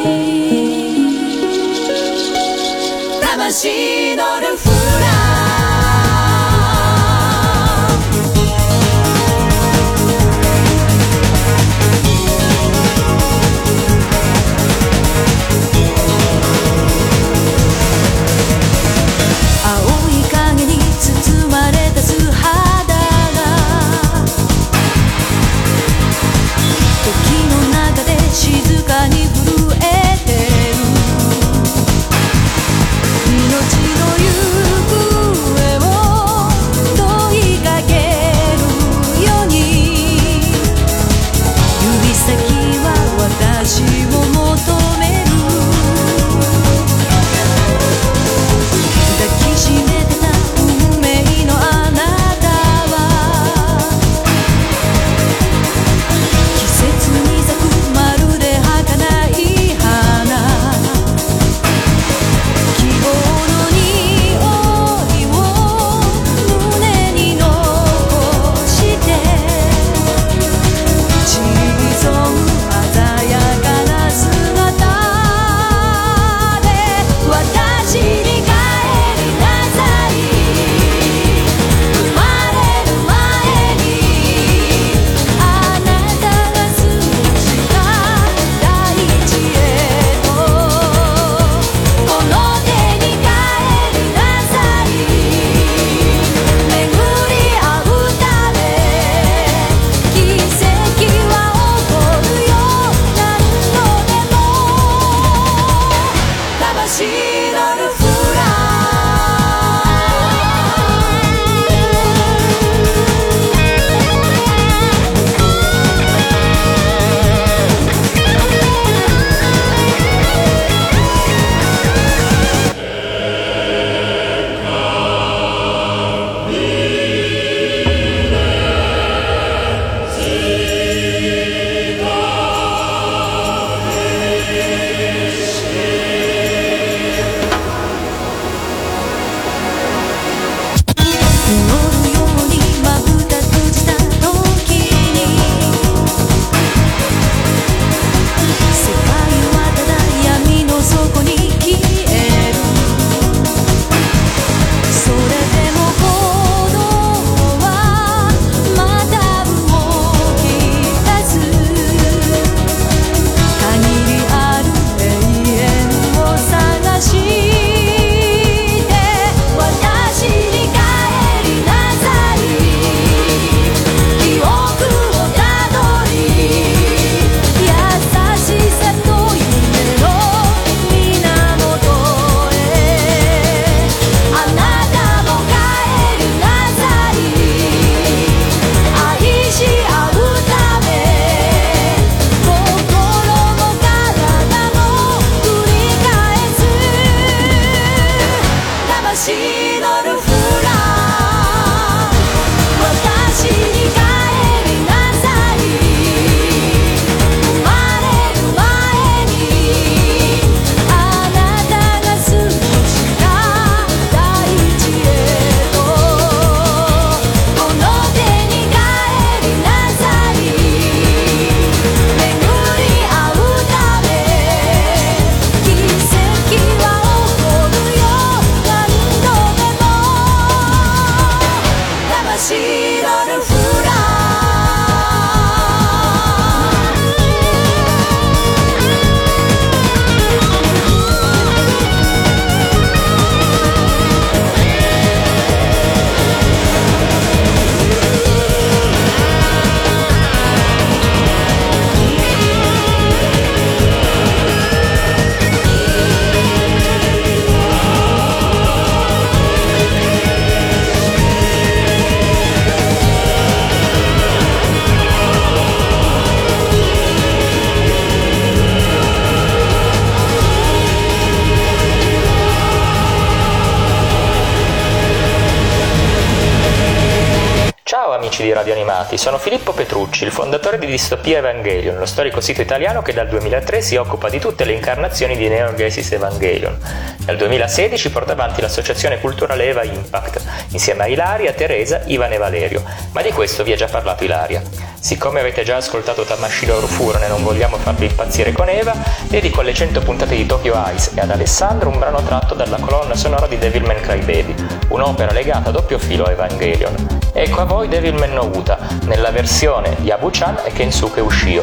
amici di Radio Animati, sono Filippo Petrucci, il fondatore di Distopia Evangelion, lo storico sito italiano che dal duemilatré si occupa di tutte le incarnazioni di Neon Genesis Evangelion. Dal duemilasedici porta avanti l'associazione culturale Eva Impact, insieme a Ilaria, Teresa, Ivan e Valerio, ma di questo vi ha già parlato Ilaria. Siccome avete già ascoltato Tamashiro Rufuro e non vogliamo farvi impazzire con Eva, dedico alle cento puntate di Tokyo Eyes e ad Alessandro un brano tratto dalla colonna sonora di Devilman Crybaby, un'opera legata a doppio filo a Evangelion. Ecco a voi Devilman no Uta, nella versione di Abu-chan e Kensuke Ushio.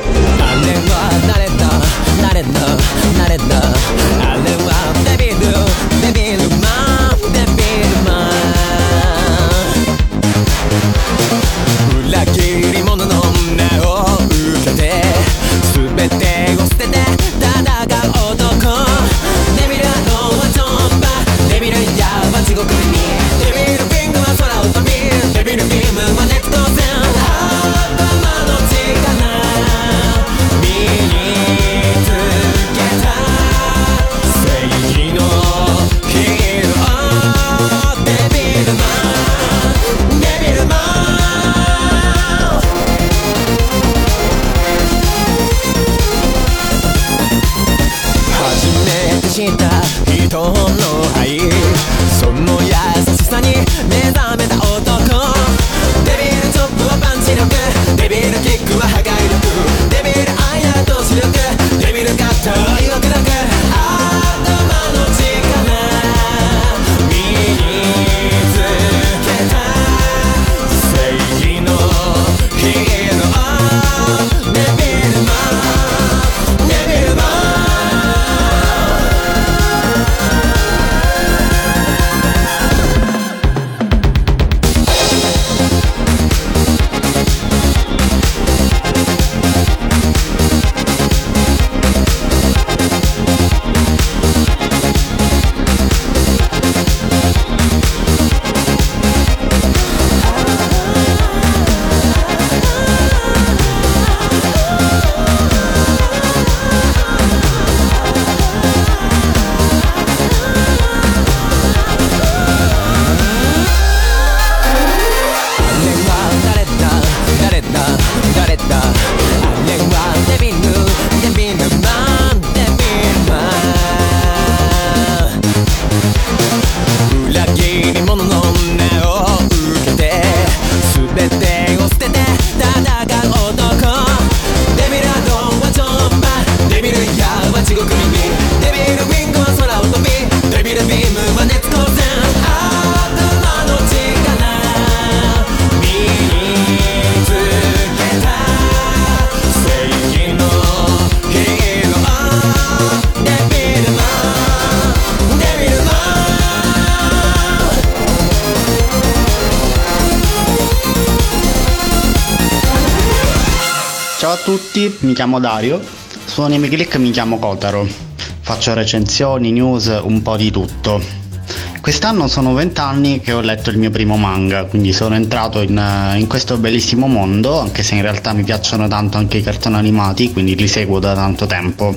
Ciao a tutti, mi chiamo Dario, su Anime Click mi chiamo Kotaro, faccio recensioni, news, un po' di tutto. Quest'anno sono vent'anni che ho letto il mio primo manga, quindi sono entrato in, in questo bellissimo mondo, anche se in realtà mi piacciono tanto anche i cartoni animati, quindi li seguo da tanto tempo.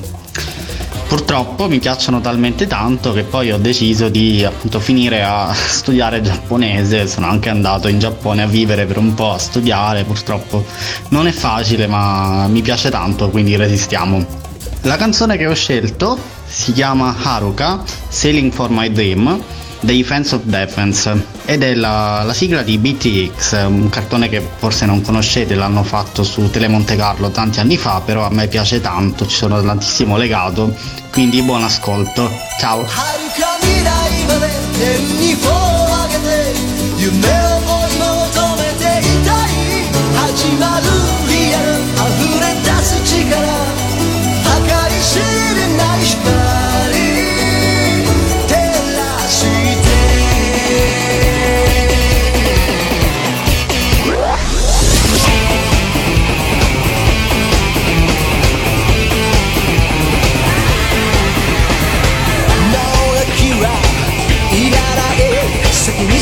Purtroppo mi piacciono talmente tanto che poi ho deciso di appunto finire a studiare giapponese, sono anche andato in Giappone a vivere per un po', a studiare, purtroppo non è facile ma mi piace tanto, quindi resistiamo. La canzone che ho scelto si chiama Haruka, Sailing for My Dream, dei Fans of Defense, ed è la, la sigla di B T X, un cartone che forse non conoscete, l'hanno fatto su Tele Monte Carlo tanti anni fa, però a me piace tanto, ci sono tantissimo legato, quindi buon ascolto, ciao.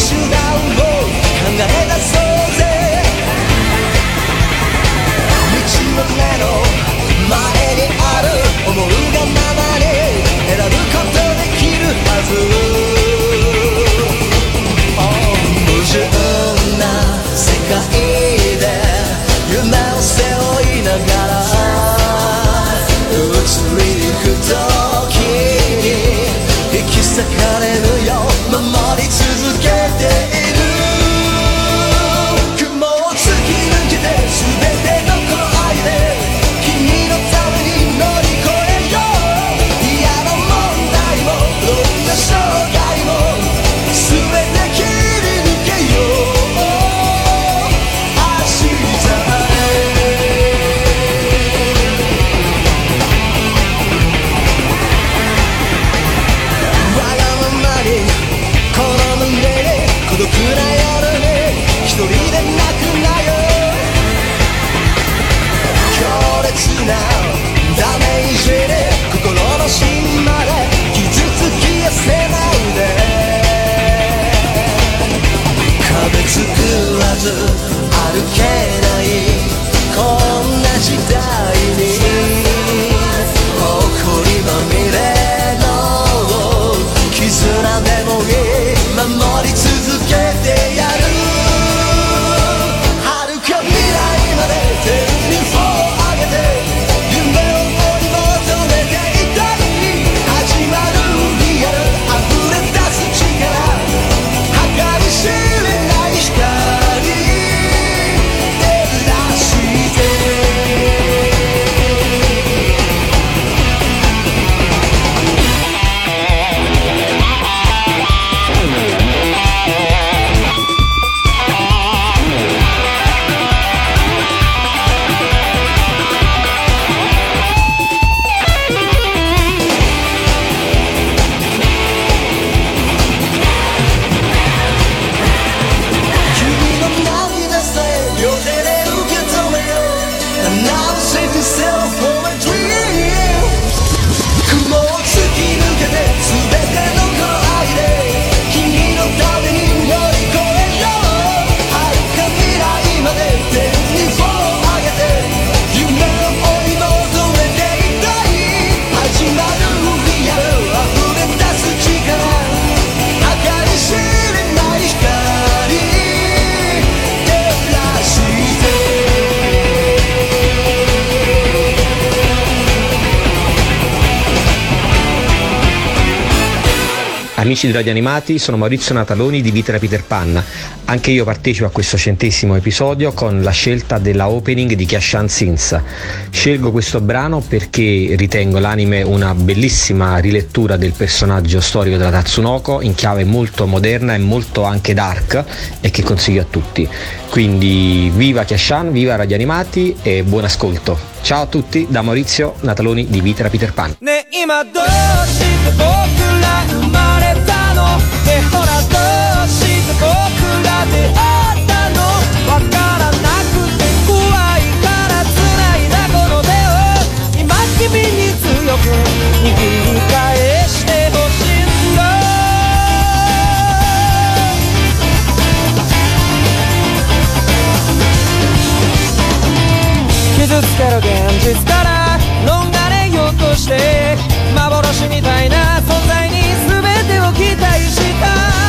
道 Amici di Radio Animati, sono Maurizio Nataloni di Vita da Peter Pan. Anche io partecipo a questo centesimo episodio con la scelta della opening di Kyashan Sins. Scelgo questo brano perché ritengo l'anime una bellissima rilettura del personaggio storico della Tatsunoko in chiave molto moderna e molto anche dark, e che consiglio a tutti. Quindi viva Kyashan, viva Radio Animati e buon ascolto. Ciao a tutti da Maurizio Nataloni di Vita da Peter Pan. ね今どうして僕ら生まれたのねほらどうして僕ら出会ったのわからなくて怖いから繋いだこの手を今君に強く握り返してほしいんだ傷つける現実から逃れようとして幻みたいな存在に全てを期待した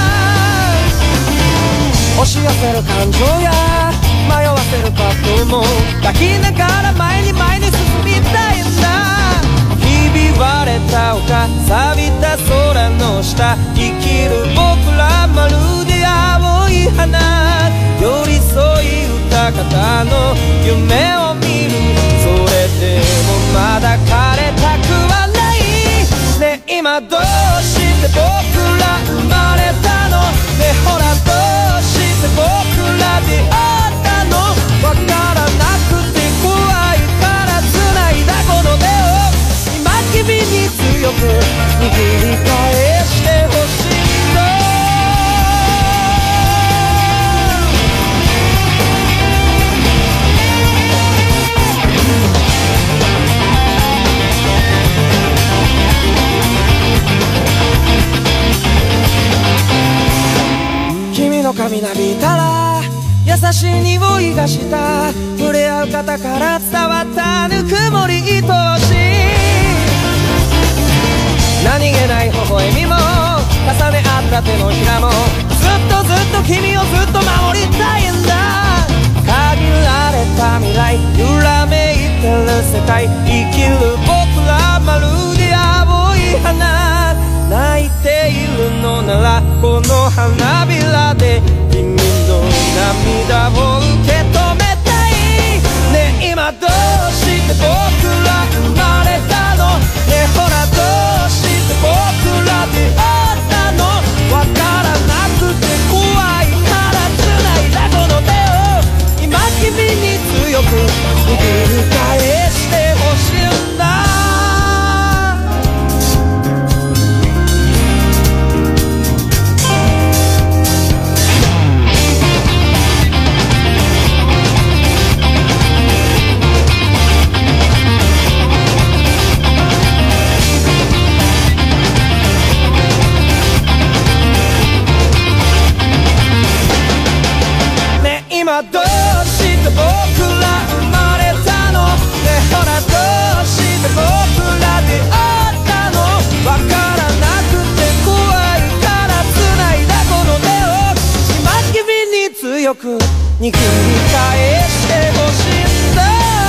押し寄せる感情や迷わせる葛藤も抱きながら前に前に進みたいんだひび割れた丘錆びた空の下生きる僕らまるで青い花寄り添い歌方の夢を見るそれでもまだ枯れたくはないね今どうして僕ら生まれたのねほらどうして僕ら出会ったのわからなくて怖いから繋いだこの手を今君に強く握り返してほしいんだ君の髪なびいたら優しい匂いがした触れ合う方から伝わったぬくもり愛しい何気ない微笑みも重ね合った手のひらもずっとずっと君をずっと守りたいんだ限られた未来揺らめいてる世界生きる僕らまるで青い花泣いているのならこの花びらで君の涙を受け止めたいね今どうして僕ら生まれたのねほらどうして僕ら出会ったのわからなくて怖いから繋いだこの手を今君に強く握り返してほしいんだ今どうして僕ら生まれたのねほらどうして僕ら出会ったのわからなくて怖いから繋いだこの手を今君に強く握り返してほしいんだ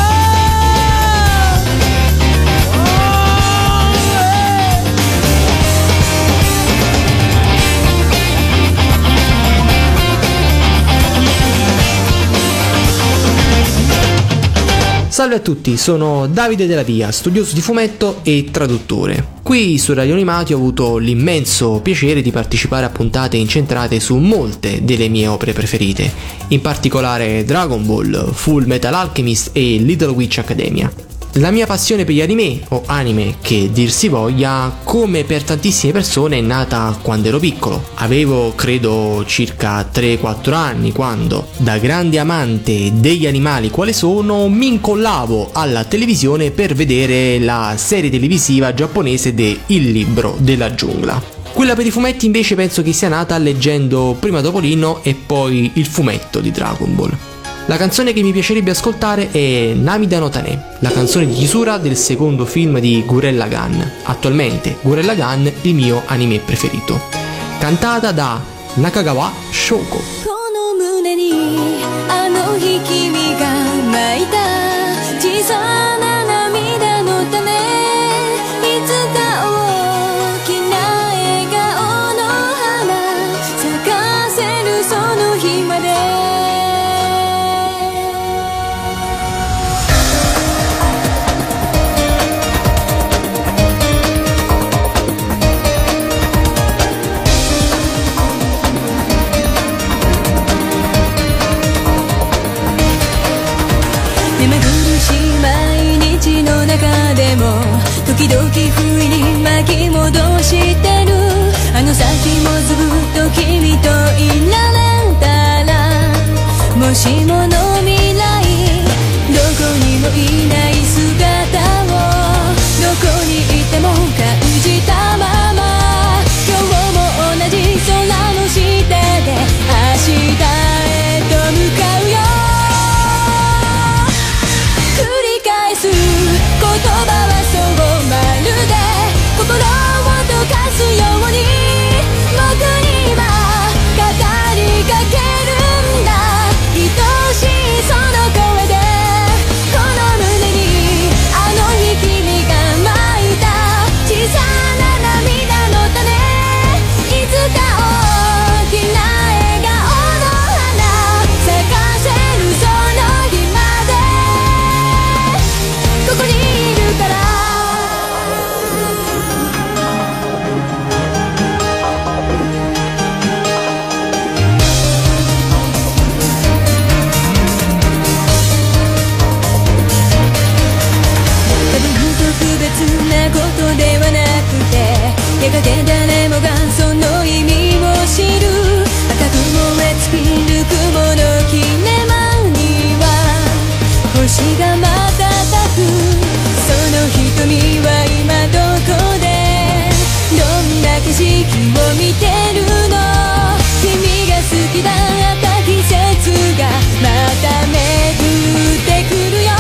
Salve a tutti, sono Davide Della Via, studioso di fumetto e traduttore. Qui su Radio Animati ho avuto l'immenso piacere di partecipare a puntate incentrate su molte delle mie opere preferite, in particolare Dragon Ball, Full Metal Alchemist e Little Witch Academia. La mia passione per gli anime, o anime che dir si voglia, come per tantissime persone è nata quando ero piccolo. Avevo credo circa tre quattro anni quando, da grande amante degli animali quale sono, mi incollavo alla televisione per vedere la serie televisiva giapponese de Il libro della giungla. Quella per i fumetti invece penso che sia nata leggendo prima Topolino e poi il fumetto di Dragon Ball. La canzone che mi piacerebbe ascoltare è Namida no Tane, la canzone di chiusura del secondo film di Gurren Lagann, attualmente Gurren Lagann il mio anime preferito, cantata da Nakagawa Shoko. この胸にあの日君が巻いた小さな涙の種いつか大きな笑顔の時々不意に巻き戻してるあの先もずっと君といられたらもしもの未来どこにもいない姿をどこにいても感じたまま今日も同じ空の下で明日へと向かうよ繰り返す言葉はそうまるで心を溶かすように僕に今語りかけるんだ愛しいその声でこの胸にあの日君がまいた小さな涙の種いつか大きな笑顔の花咲かせるその日までここにいるから多分特別なことではなくてやがて誰もがその意味を知る赤く燃え尽きる雲の切れ間には星が瞬くその瞳は今どこでどんな景色を見てるの君が好きだった季節がまた巡ってくるよ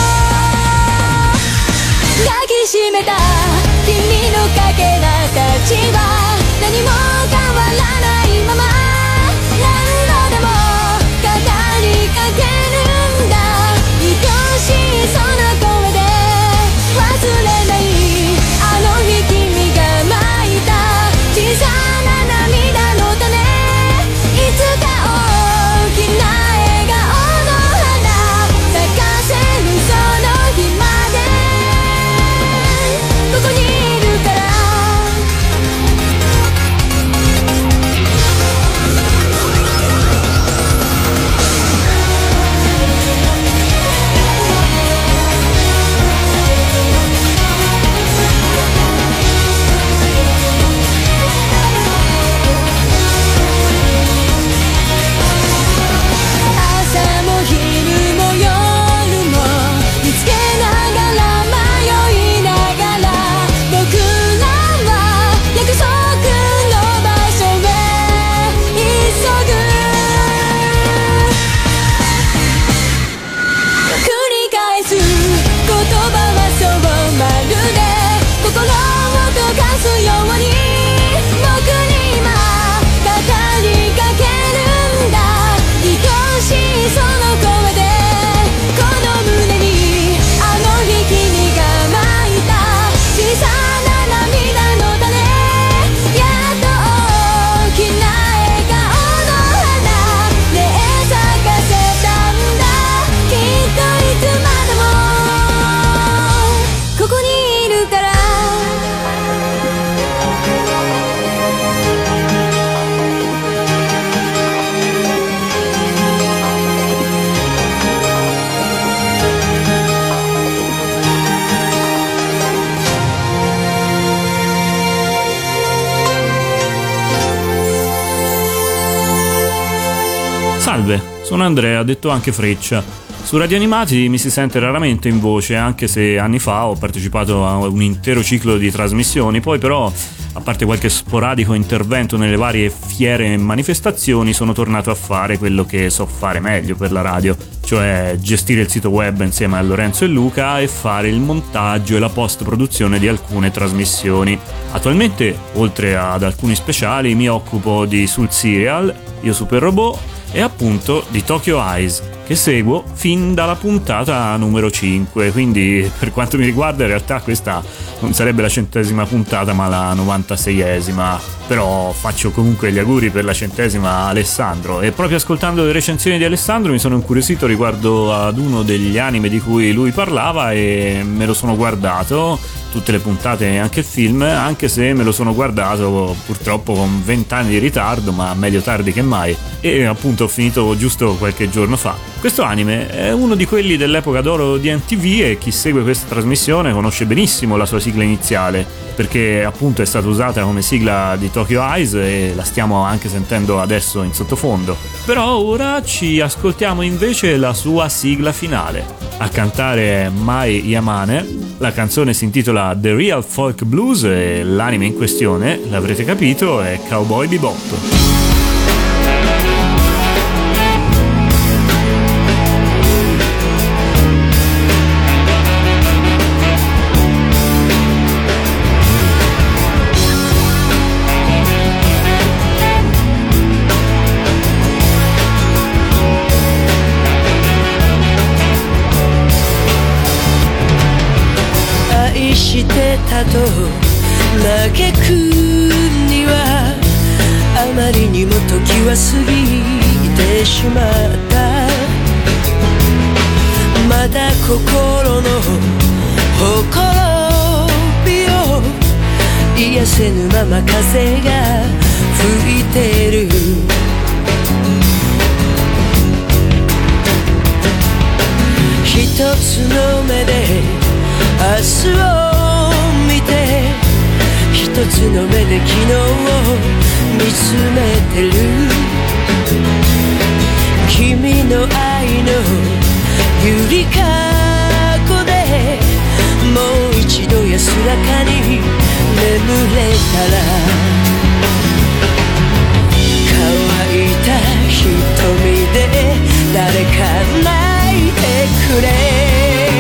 抱きしめた君のかけらたちは何も変わらないまま何度でも語りかけるんだ愛しいその声で忘れないあの日君がまいた小さな涙の種いつか大きな笑顔の花咲かせるその日までここにいるから朝も昼も夜も見つけながら迷いながら僕らは約束の場所へ急ぐ繰り返す言葉はそうまるで心を溶かすように僕に今語りかけるんだ愛しいその声でこの胸にあの日君がまいた小さな涙の種やっと大きな笑顔の花ねえ咲かせたんだきっといつまでもここにいるから Salve, sono Andrea, detto anche Freccia. Su Radio Animati mi si sente raramente in voce, anche se anni fa ho partecipato a un intero ciclo di trasmissioni, poi però, a parte qualche sporadico intervento nelle varie fiere e manifestazioni, sono tornato a fare quello che so fare meglio per la radio, cioè gestire il sito web insieme a Lorenzo e Luca e fare il montaggio e la post-produzione di alcune trasmissioni. Attualmente, oltre ad alcuni speciali, mi occupo di Sul Serial, Io Super Robot e appunto di Tokyo Eyes, che seguo fin dalla puntata numero cinque, quindi per quanto mi riguarda in realtà questa non sarebbe la centesima puntata ma la novantaseiesima, però faccio comunque gli auguri per la centesima a Alessandro. E proprio ascoltando le recensioni di Alessandro mi sono incuriosito riguardo ad uno degli anime di cui lui parlava e me lo sono guardato, tutte le puntate e anche il film, anche se me lo sono guardato purtroppo con vent'anni di ritardo, ma meglio tardi che mai, e appunto ho finito giusto qualche giorno fa. Questo anime è uno di quelli dell'epoca d'oro di M T V e chi segue questa trasmissione conosce benissimo la sua sigla iniziale, perché appunto è stata usata come sigla di Tokyo Eyes e la stiamo anche sentendo adesso in sottofondo. Però ora ci ascoltiamo invece la sua sigla finale. A cantare è Mai Yamane, la canzone si intitola The Real Folk Blues e l'anime in questione, l'avrete capito, è Cowboy Bebop. たと嘆くにはあまりにも時は過ぎてしまったまだ心のほころびを癒せぬまま風が吹いてる一つの目で明日を見て一つの目で昨日を見つめてる君の愛のゆりかごでもう一度安らかに眠れたら乾いた瞳で誰か泣いてくれ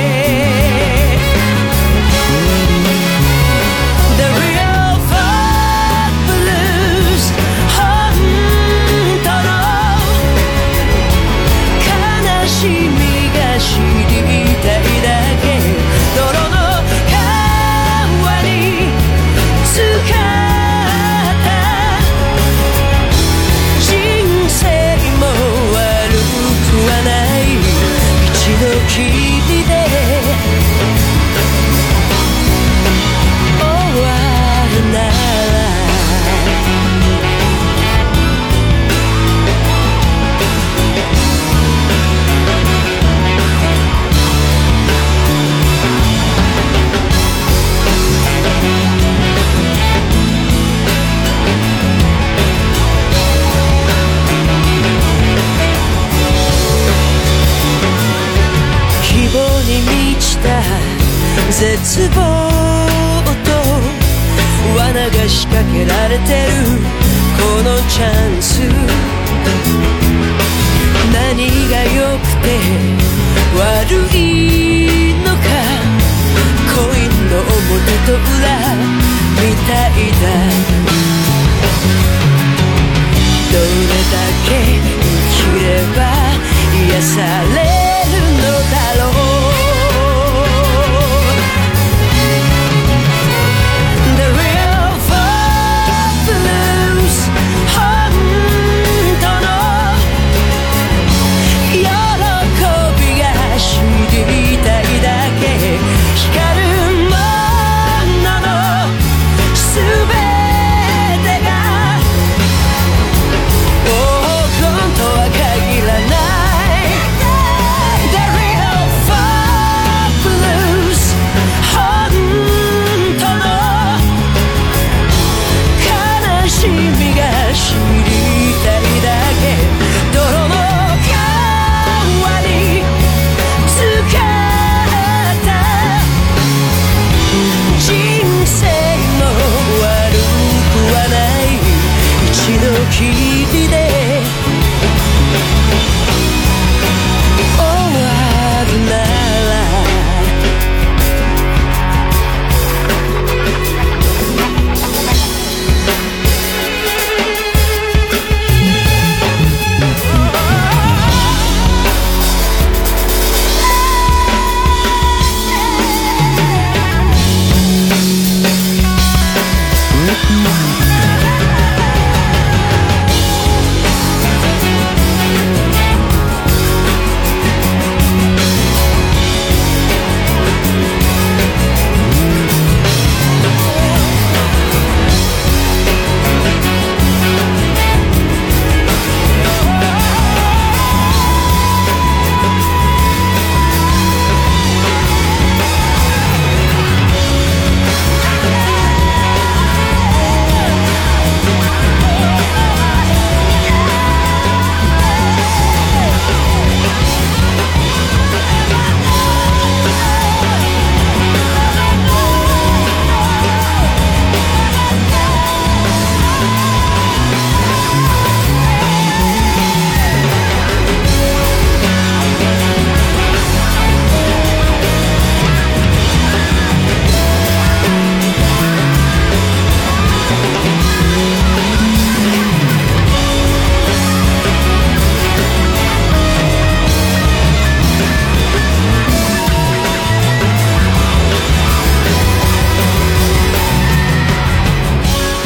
絶望と罠が仕掛けられてるこのチャンス何が良くて悪いのかコインの表と裏みたいだどれだけ生きれば癒されるのだろう光るもの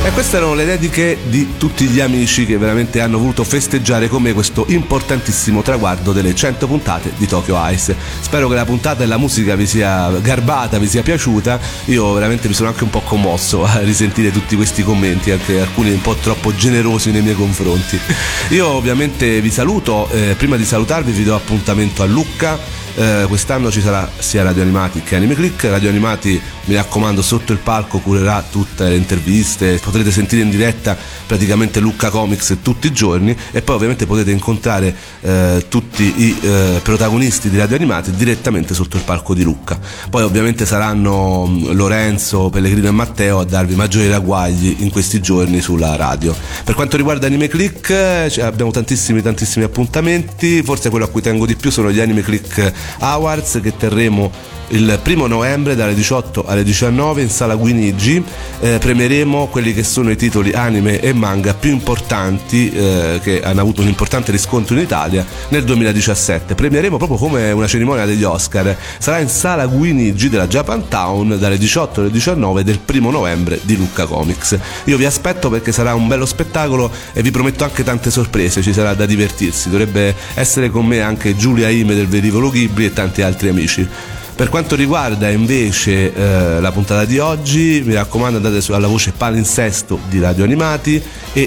E queste erano le dediche di tutti gli amici che veramente hanno voluto festeggiare con me questo importantissimo traguardo delle cento puntate di Tokyo Ice. Spero che la puntata e la musica vi sia garbata, vi sia piaciuta. Io veramente mi sono anche un po' commosso a risentire tutti questi commenti, anche alcuni un po' troppo generosi nei miei confronti. Io ovviamente vi saluto, eh, prima di salutarvi vi do appuntamento a Lucca. Eh, quest'anno ci sarà sia Radio Animati che Anime Click. Radio Animati, mi raccomando, sotto il palco curerà tutte le interviste, potrete sentire in diretta praticamente Lucca Comics tutti i giorni, e poi ovviamente potete incontrare eh, tutti i eh, protagonisti di Radio Animati direttamente sotto il palco di Lucca. Poi ovviamente saranno Lorenzo, Pellegrino e Matteo a darvi maggiori ragguagli in questi giorni sulla radio. Per quanto riguarda Anime Click, cioè, abbiamo tantissimi tantissimi appuntamenti. Forse quello a cui tengo di più sono gli Anime Click Awards, che terremo il primo novembre dalle diciotto alle diciannove in sala Guinigi. Eh, premieremo quelli che sono i titoli anime e manga più importanti eh, che hanno avuto un importante riscontro in Italia nel duemiladiciassette. Premieremo proprio come una cerimonia degli Oscar. Sarà in sala Guinigi della Japantown dalle diciotto alle diciannove del primo novembre di Lucca Comics. Io vi aspetto perché sarà un bello spettacolo e vi prometto anche tante sorprese, ci sarà da divertirsi. Dovrebbe essere con me anche Giulia Ime del Velivolo Ghibli e tanti altri amici. Per quanto riguarda invece eh, la puntata di oggi, mi raccomando, andate su, alla voce Palinsesto di Radio Animati e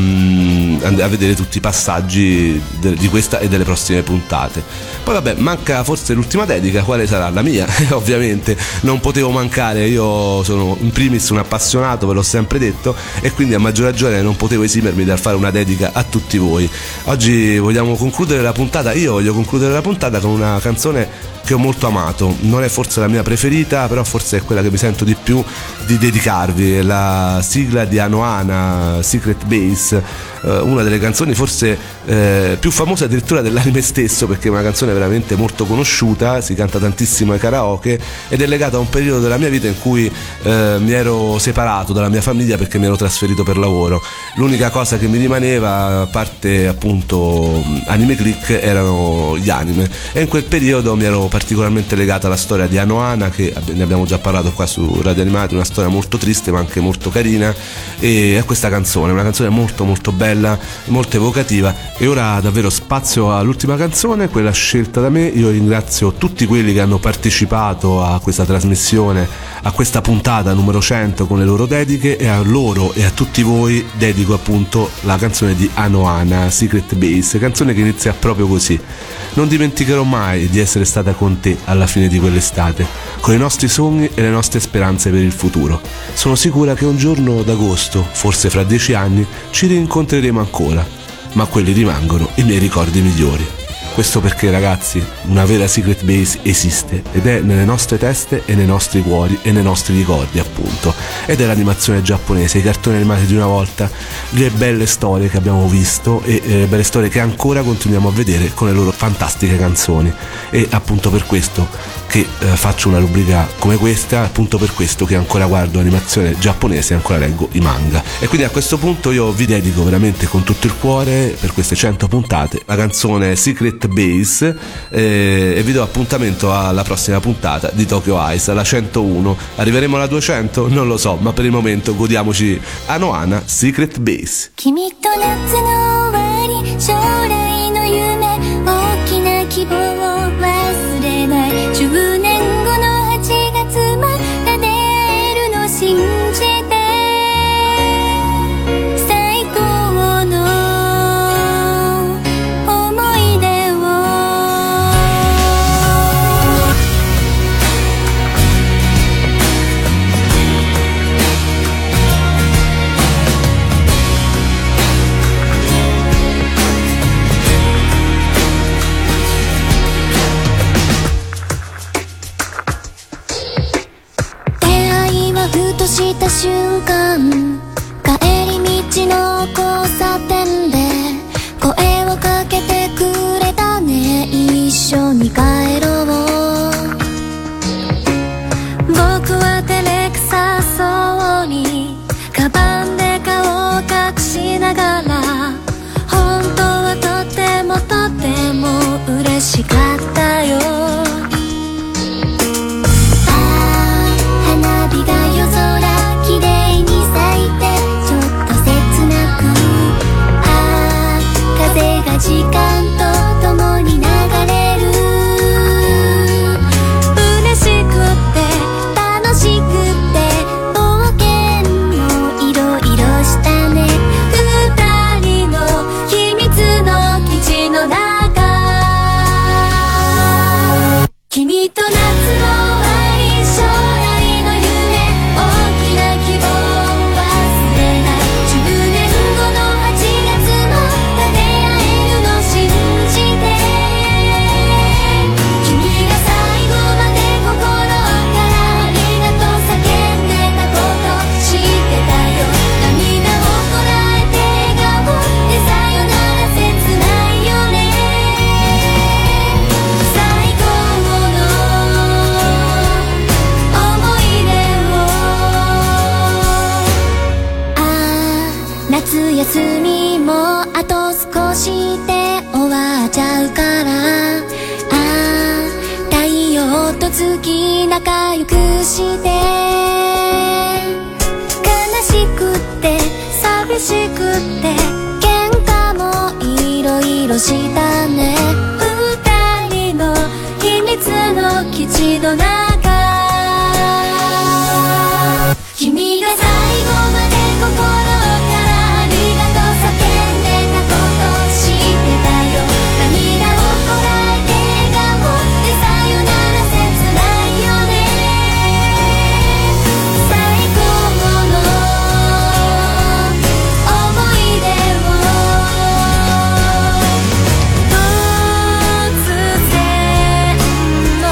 um, andate a vedere tutti i passaggi de- di questa e delle prossime puntate. Poi vabbè, manca forse l'ultima dedica, quale sarà? La mia, ovviamente non potevo mancare. Io sono in primis un appassionato, ve l'ho sempre detto, e quindi a maggior ragione non potevo esimermi dal fare una dedica a tutti voi. Oggi vogliamo concludere la puntata, io voglio concludere la puntata con una canzone che ho molto amato. Non è forse la mia preferita, però forse è quella che mi sento di più di dedicarvi. È la sigla di Anohana, Secret Base, eh, una delle canzoni forse eh, più famose addirittura dell'anime stesso, perché è una canzone veramente molto conosciuta, si canta tantissimo ai karaoke ed è legata a un periodo della mia vita in cui eh, mi ero separato dalla mia famiglia perché mi ero trasferito per lavoro. L'unica cosa che mi rimaneva, a parte appunto Anime Click, erano gli anime, e in quel periodo mi ero particolarmente legata alla storia di Anohana, che ne abbiamo già parlato qua su Radio Animati, una storia molto triste ma anche molto carina, e a questa canzone, una canzone molto molto bella, molto evocativa. E ora davvero spazio all'ultima canzone, quella scelta da me. Io ringrazio tutti quelli che hanno partecipato a questa trasmissione, a questa puntata numero cento con le loro dediche, e a loro e a tutti voi dedico appunto la canzone di Anohana, Secret Base, canzone che inizia proprio così: non dimenticherò mai di essere stata con te alla fine di quell'estate, con i nostri sogni e le nostre speranze per il futuro. Sono sicura che un giorno d'agosto, forse fra dieci anni, ci rincontreremo ancora, ma quelli rimangono i miei ricordi migliori. Questo perché, ragazzi, una vera Secret Base esiste ed è nelle nostre teste e nei nostri cuori e nei nostri ricordi, appunto. Ed è l'animazione giapponese, i cartoni animati di una volta, le belle storie che abbiamo visto e le belle storie che ancora continuiamo a vedere con le loro fantastiche canzoni. E appunto per questo che eh, faccio una rubrica come questa, appunto per questo che ancora guardo animazione giapponese e ancora leggo i manga. E quindi a questo punto io vi dedico veramente con tutto il cuore, per queste cento puntate, la canzone Secret Base, eh, e vi do appuntamento alla prossima puntata di Tokyo Ice, alla centouno. Arriveremo alla duecento? Non lo so, ma per il momento godiamoci Anohana, Secret Base. 君と夏の終わり将来の夢大きな希望を忘れないじゅうねんごのはちがつまた出会えるの信じて最高の思い出をふとした瞬間帰り道の交差点で声をかけてくれたね一緒に帰ろう僕は照れくさそうにカバンで顔を隠しながら本当はとてもとても嬉しかったよ花火が夜空きれいに咲いて休みもあと少しで終わっちゃうから、ああ太陽と月仲良くして悲しくって寂しくって喧嘩もいろいろしたね。二人の秘密の基地の中、君が最後まで心からありがとう叫んでたこと知ってたよ。涙をこらえて笑顔でさよなら切ないよね。最高の思い出を突然の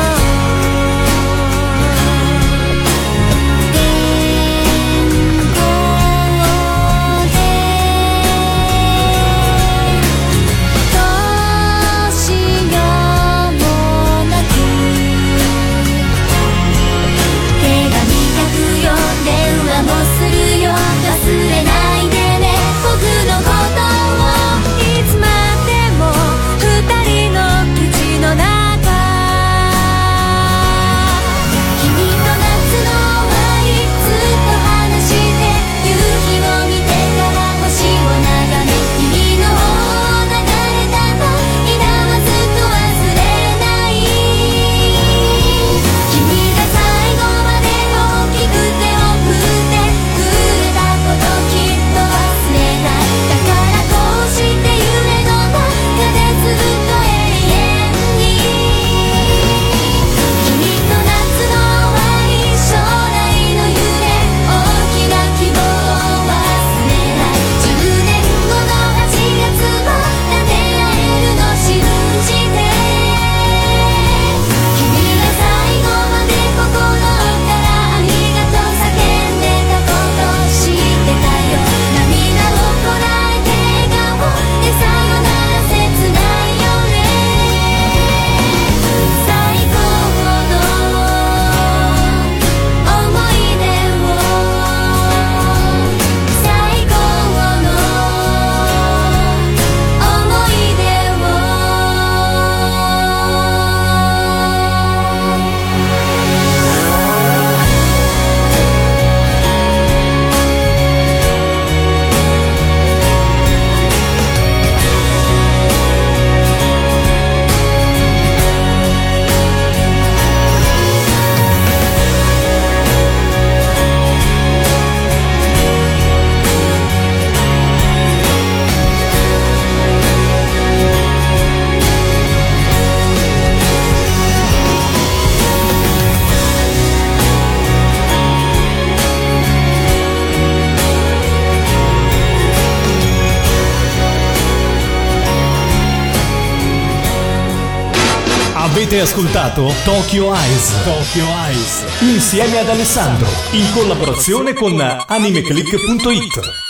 Avete ascoltato Tokyo Eyes. Tokyo Eyes insieme ad Alessandro in collaborazione con animeclick punto it.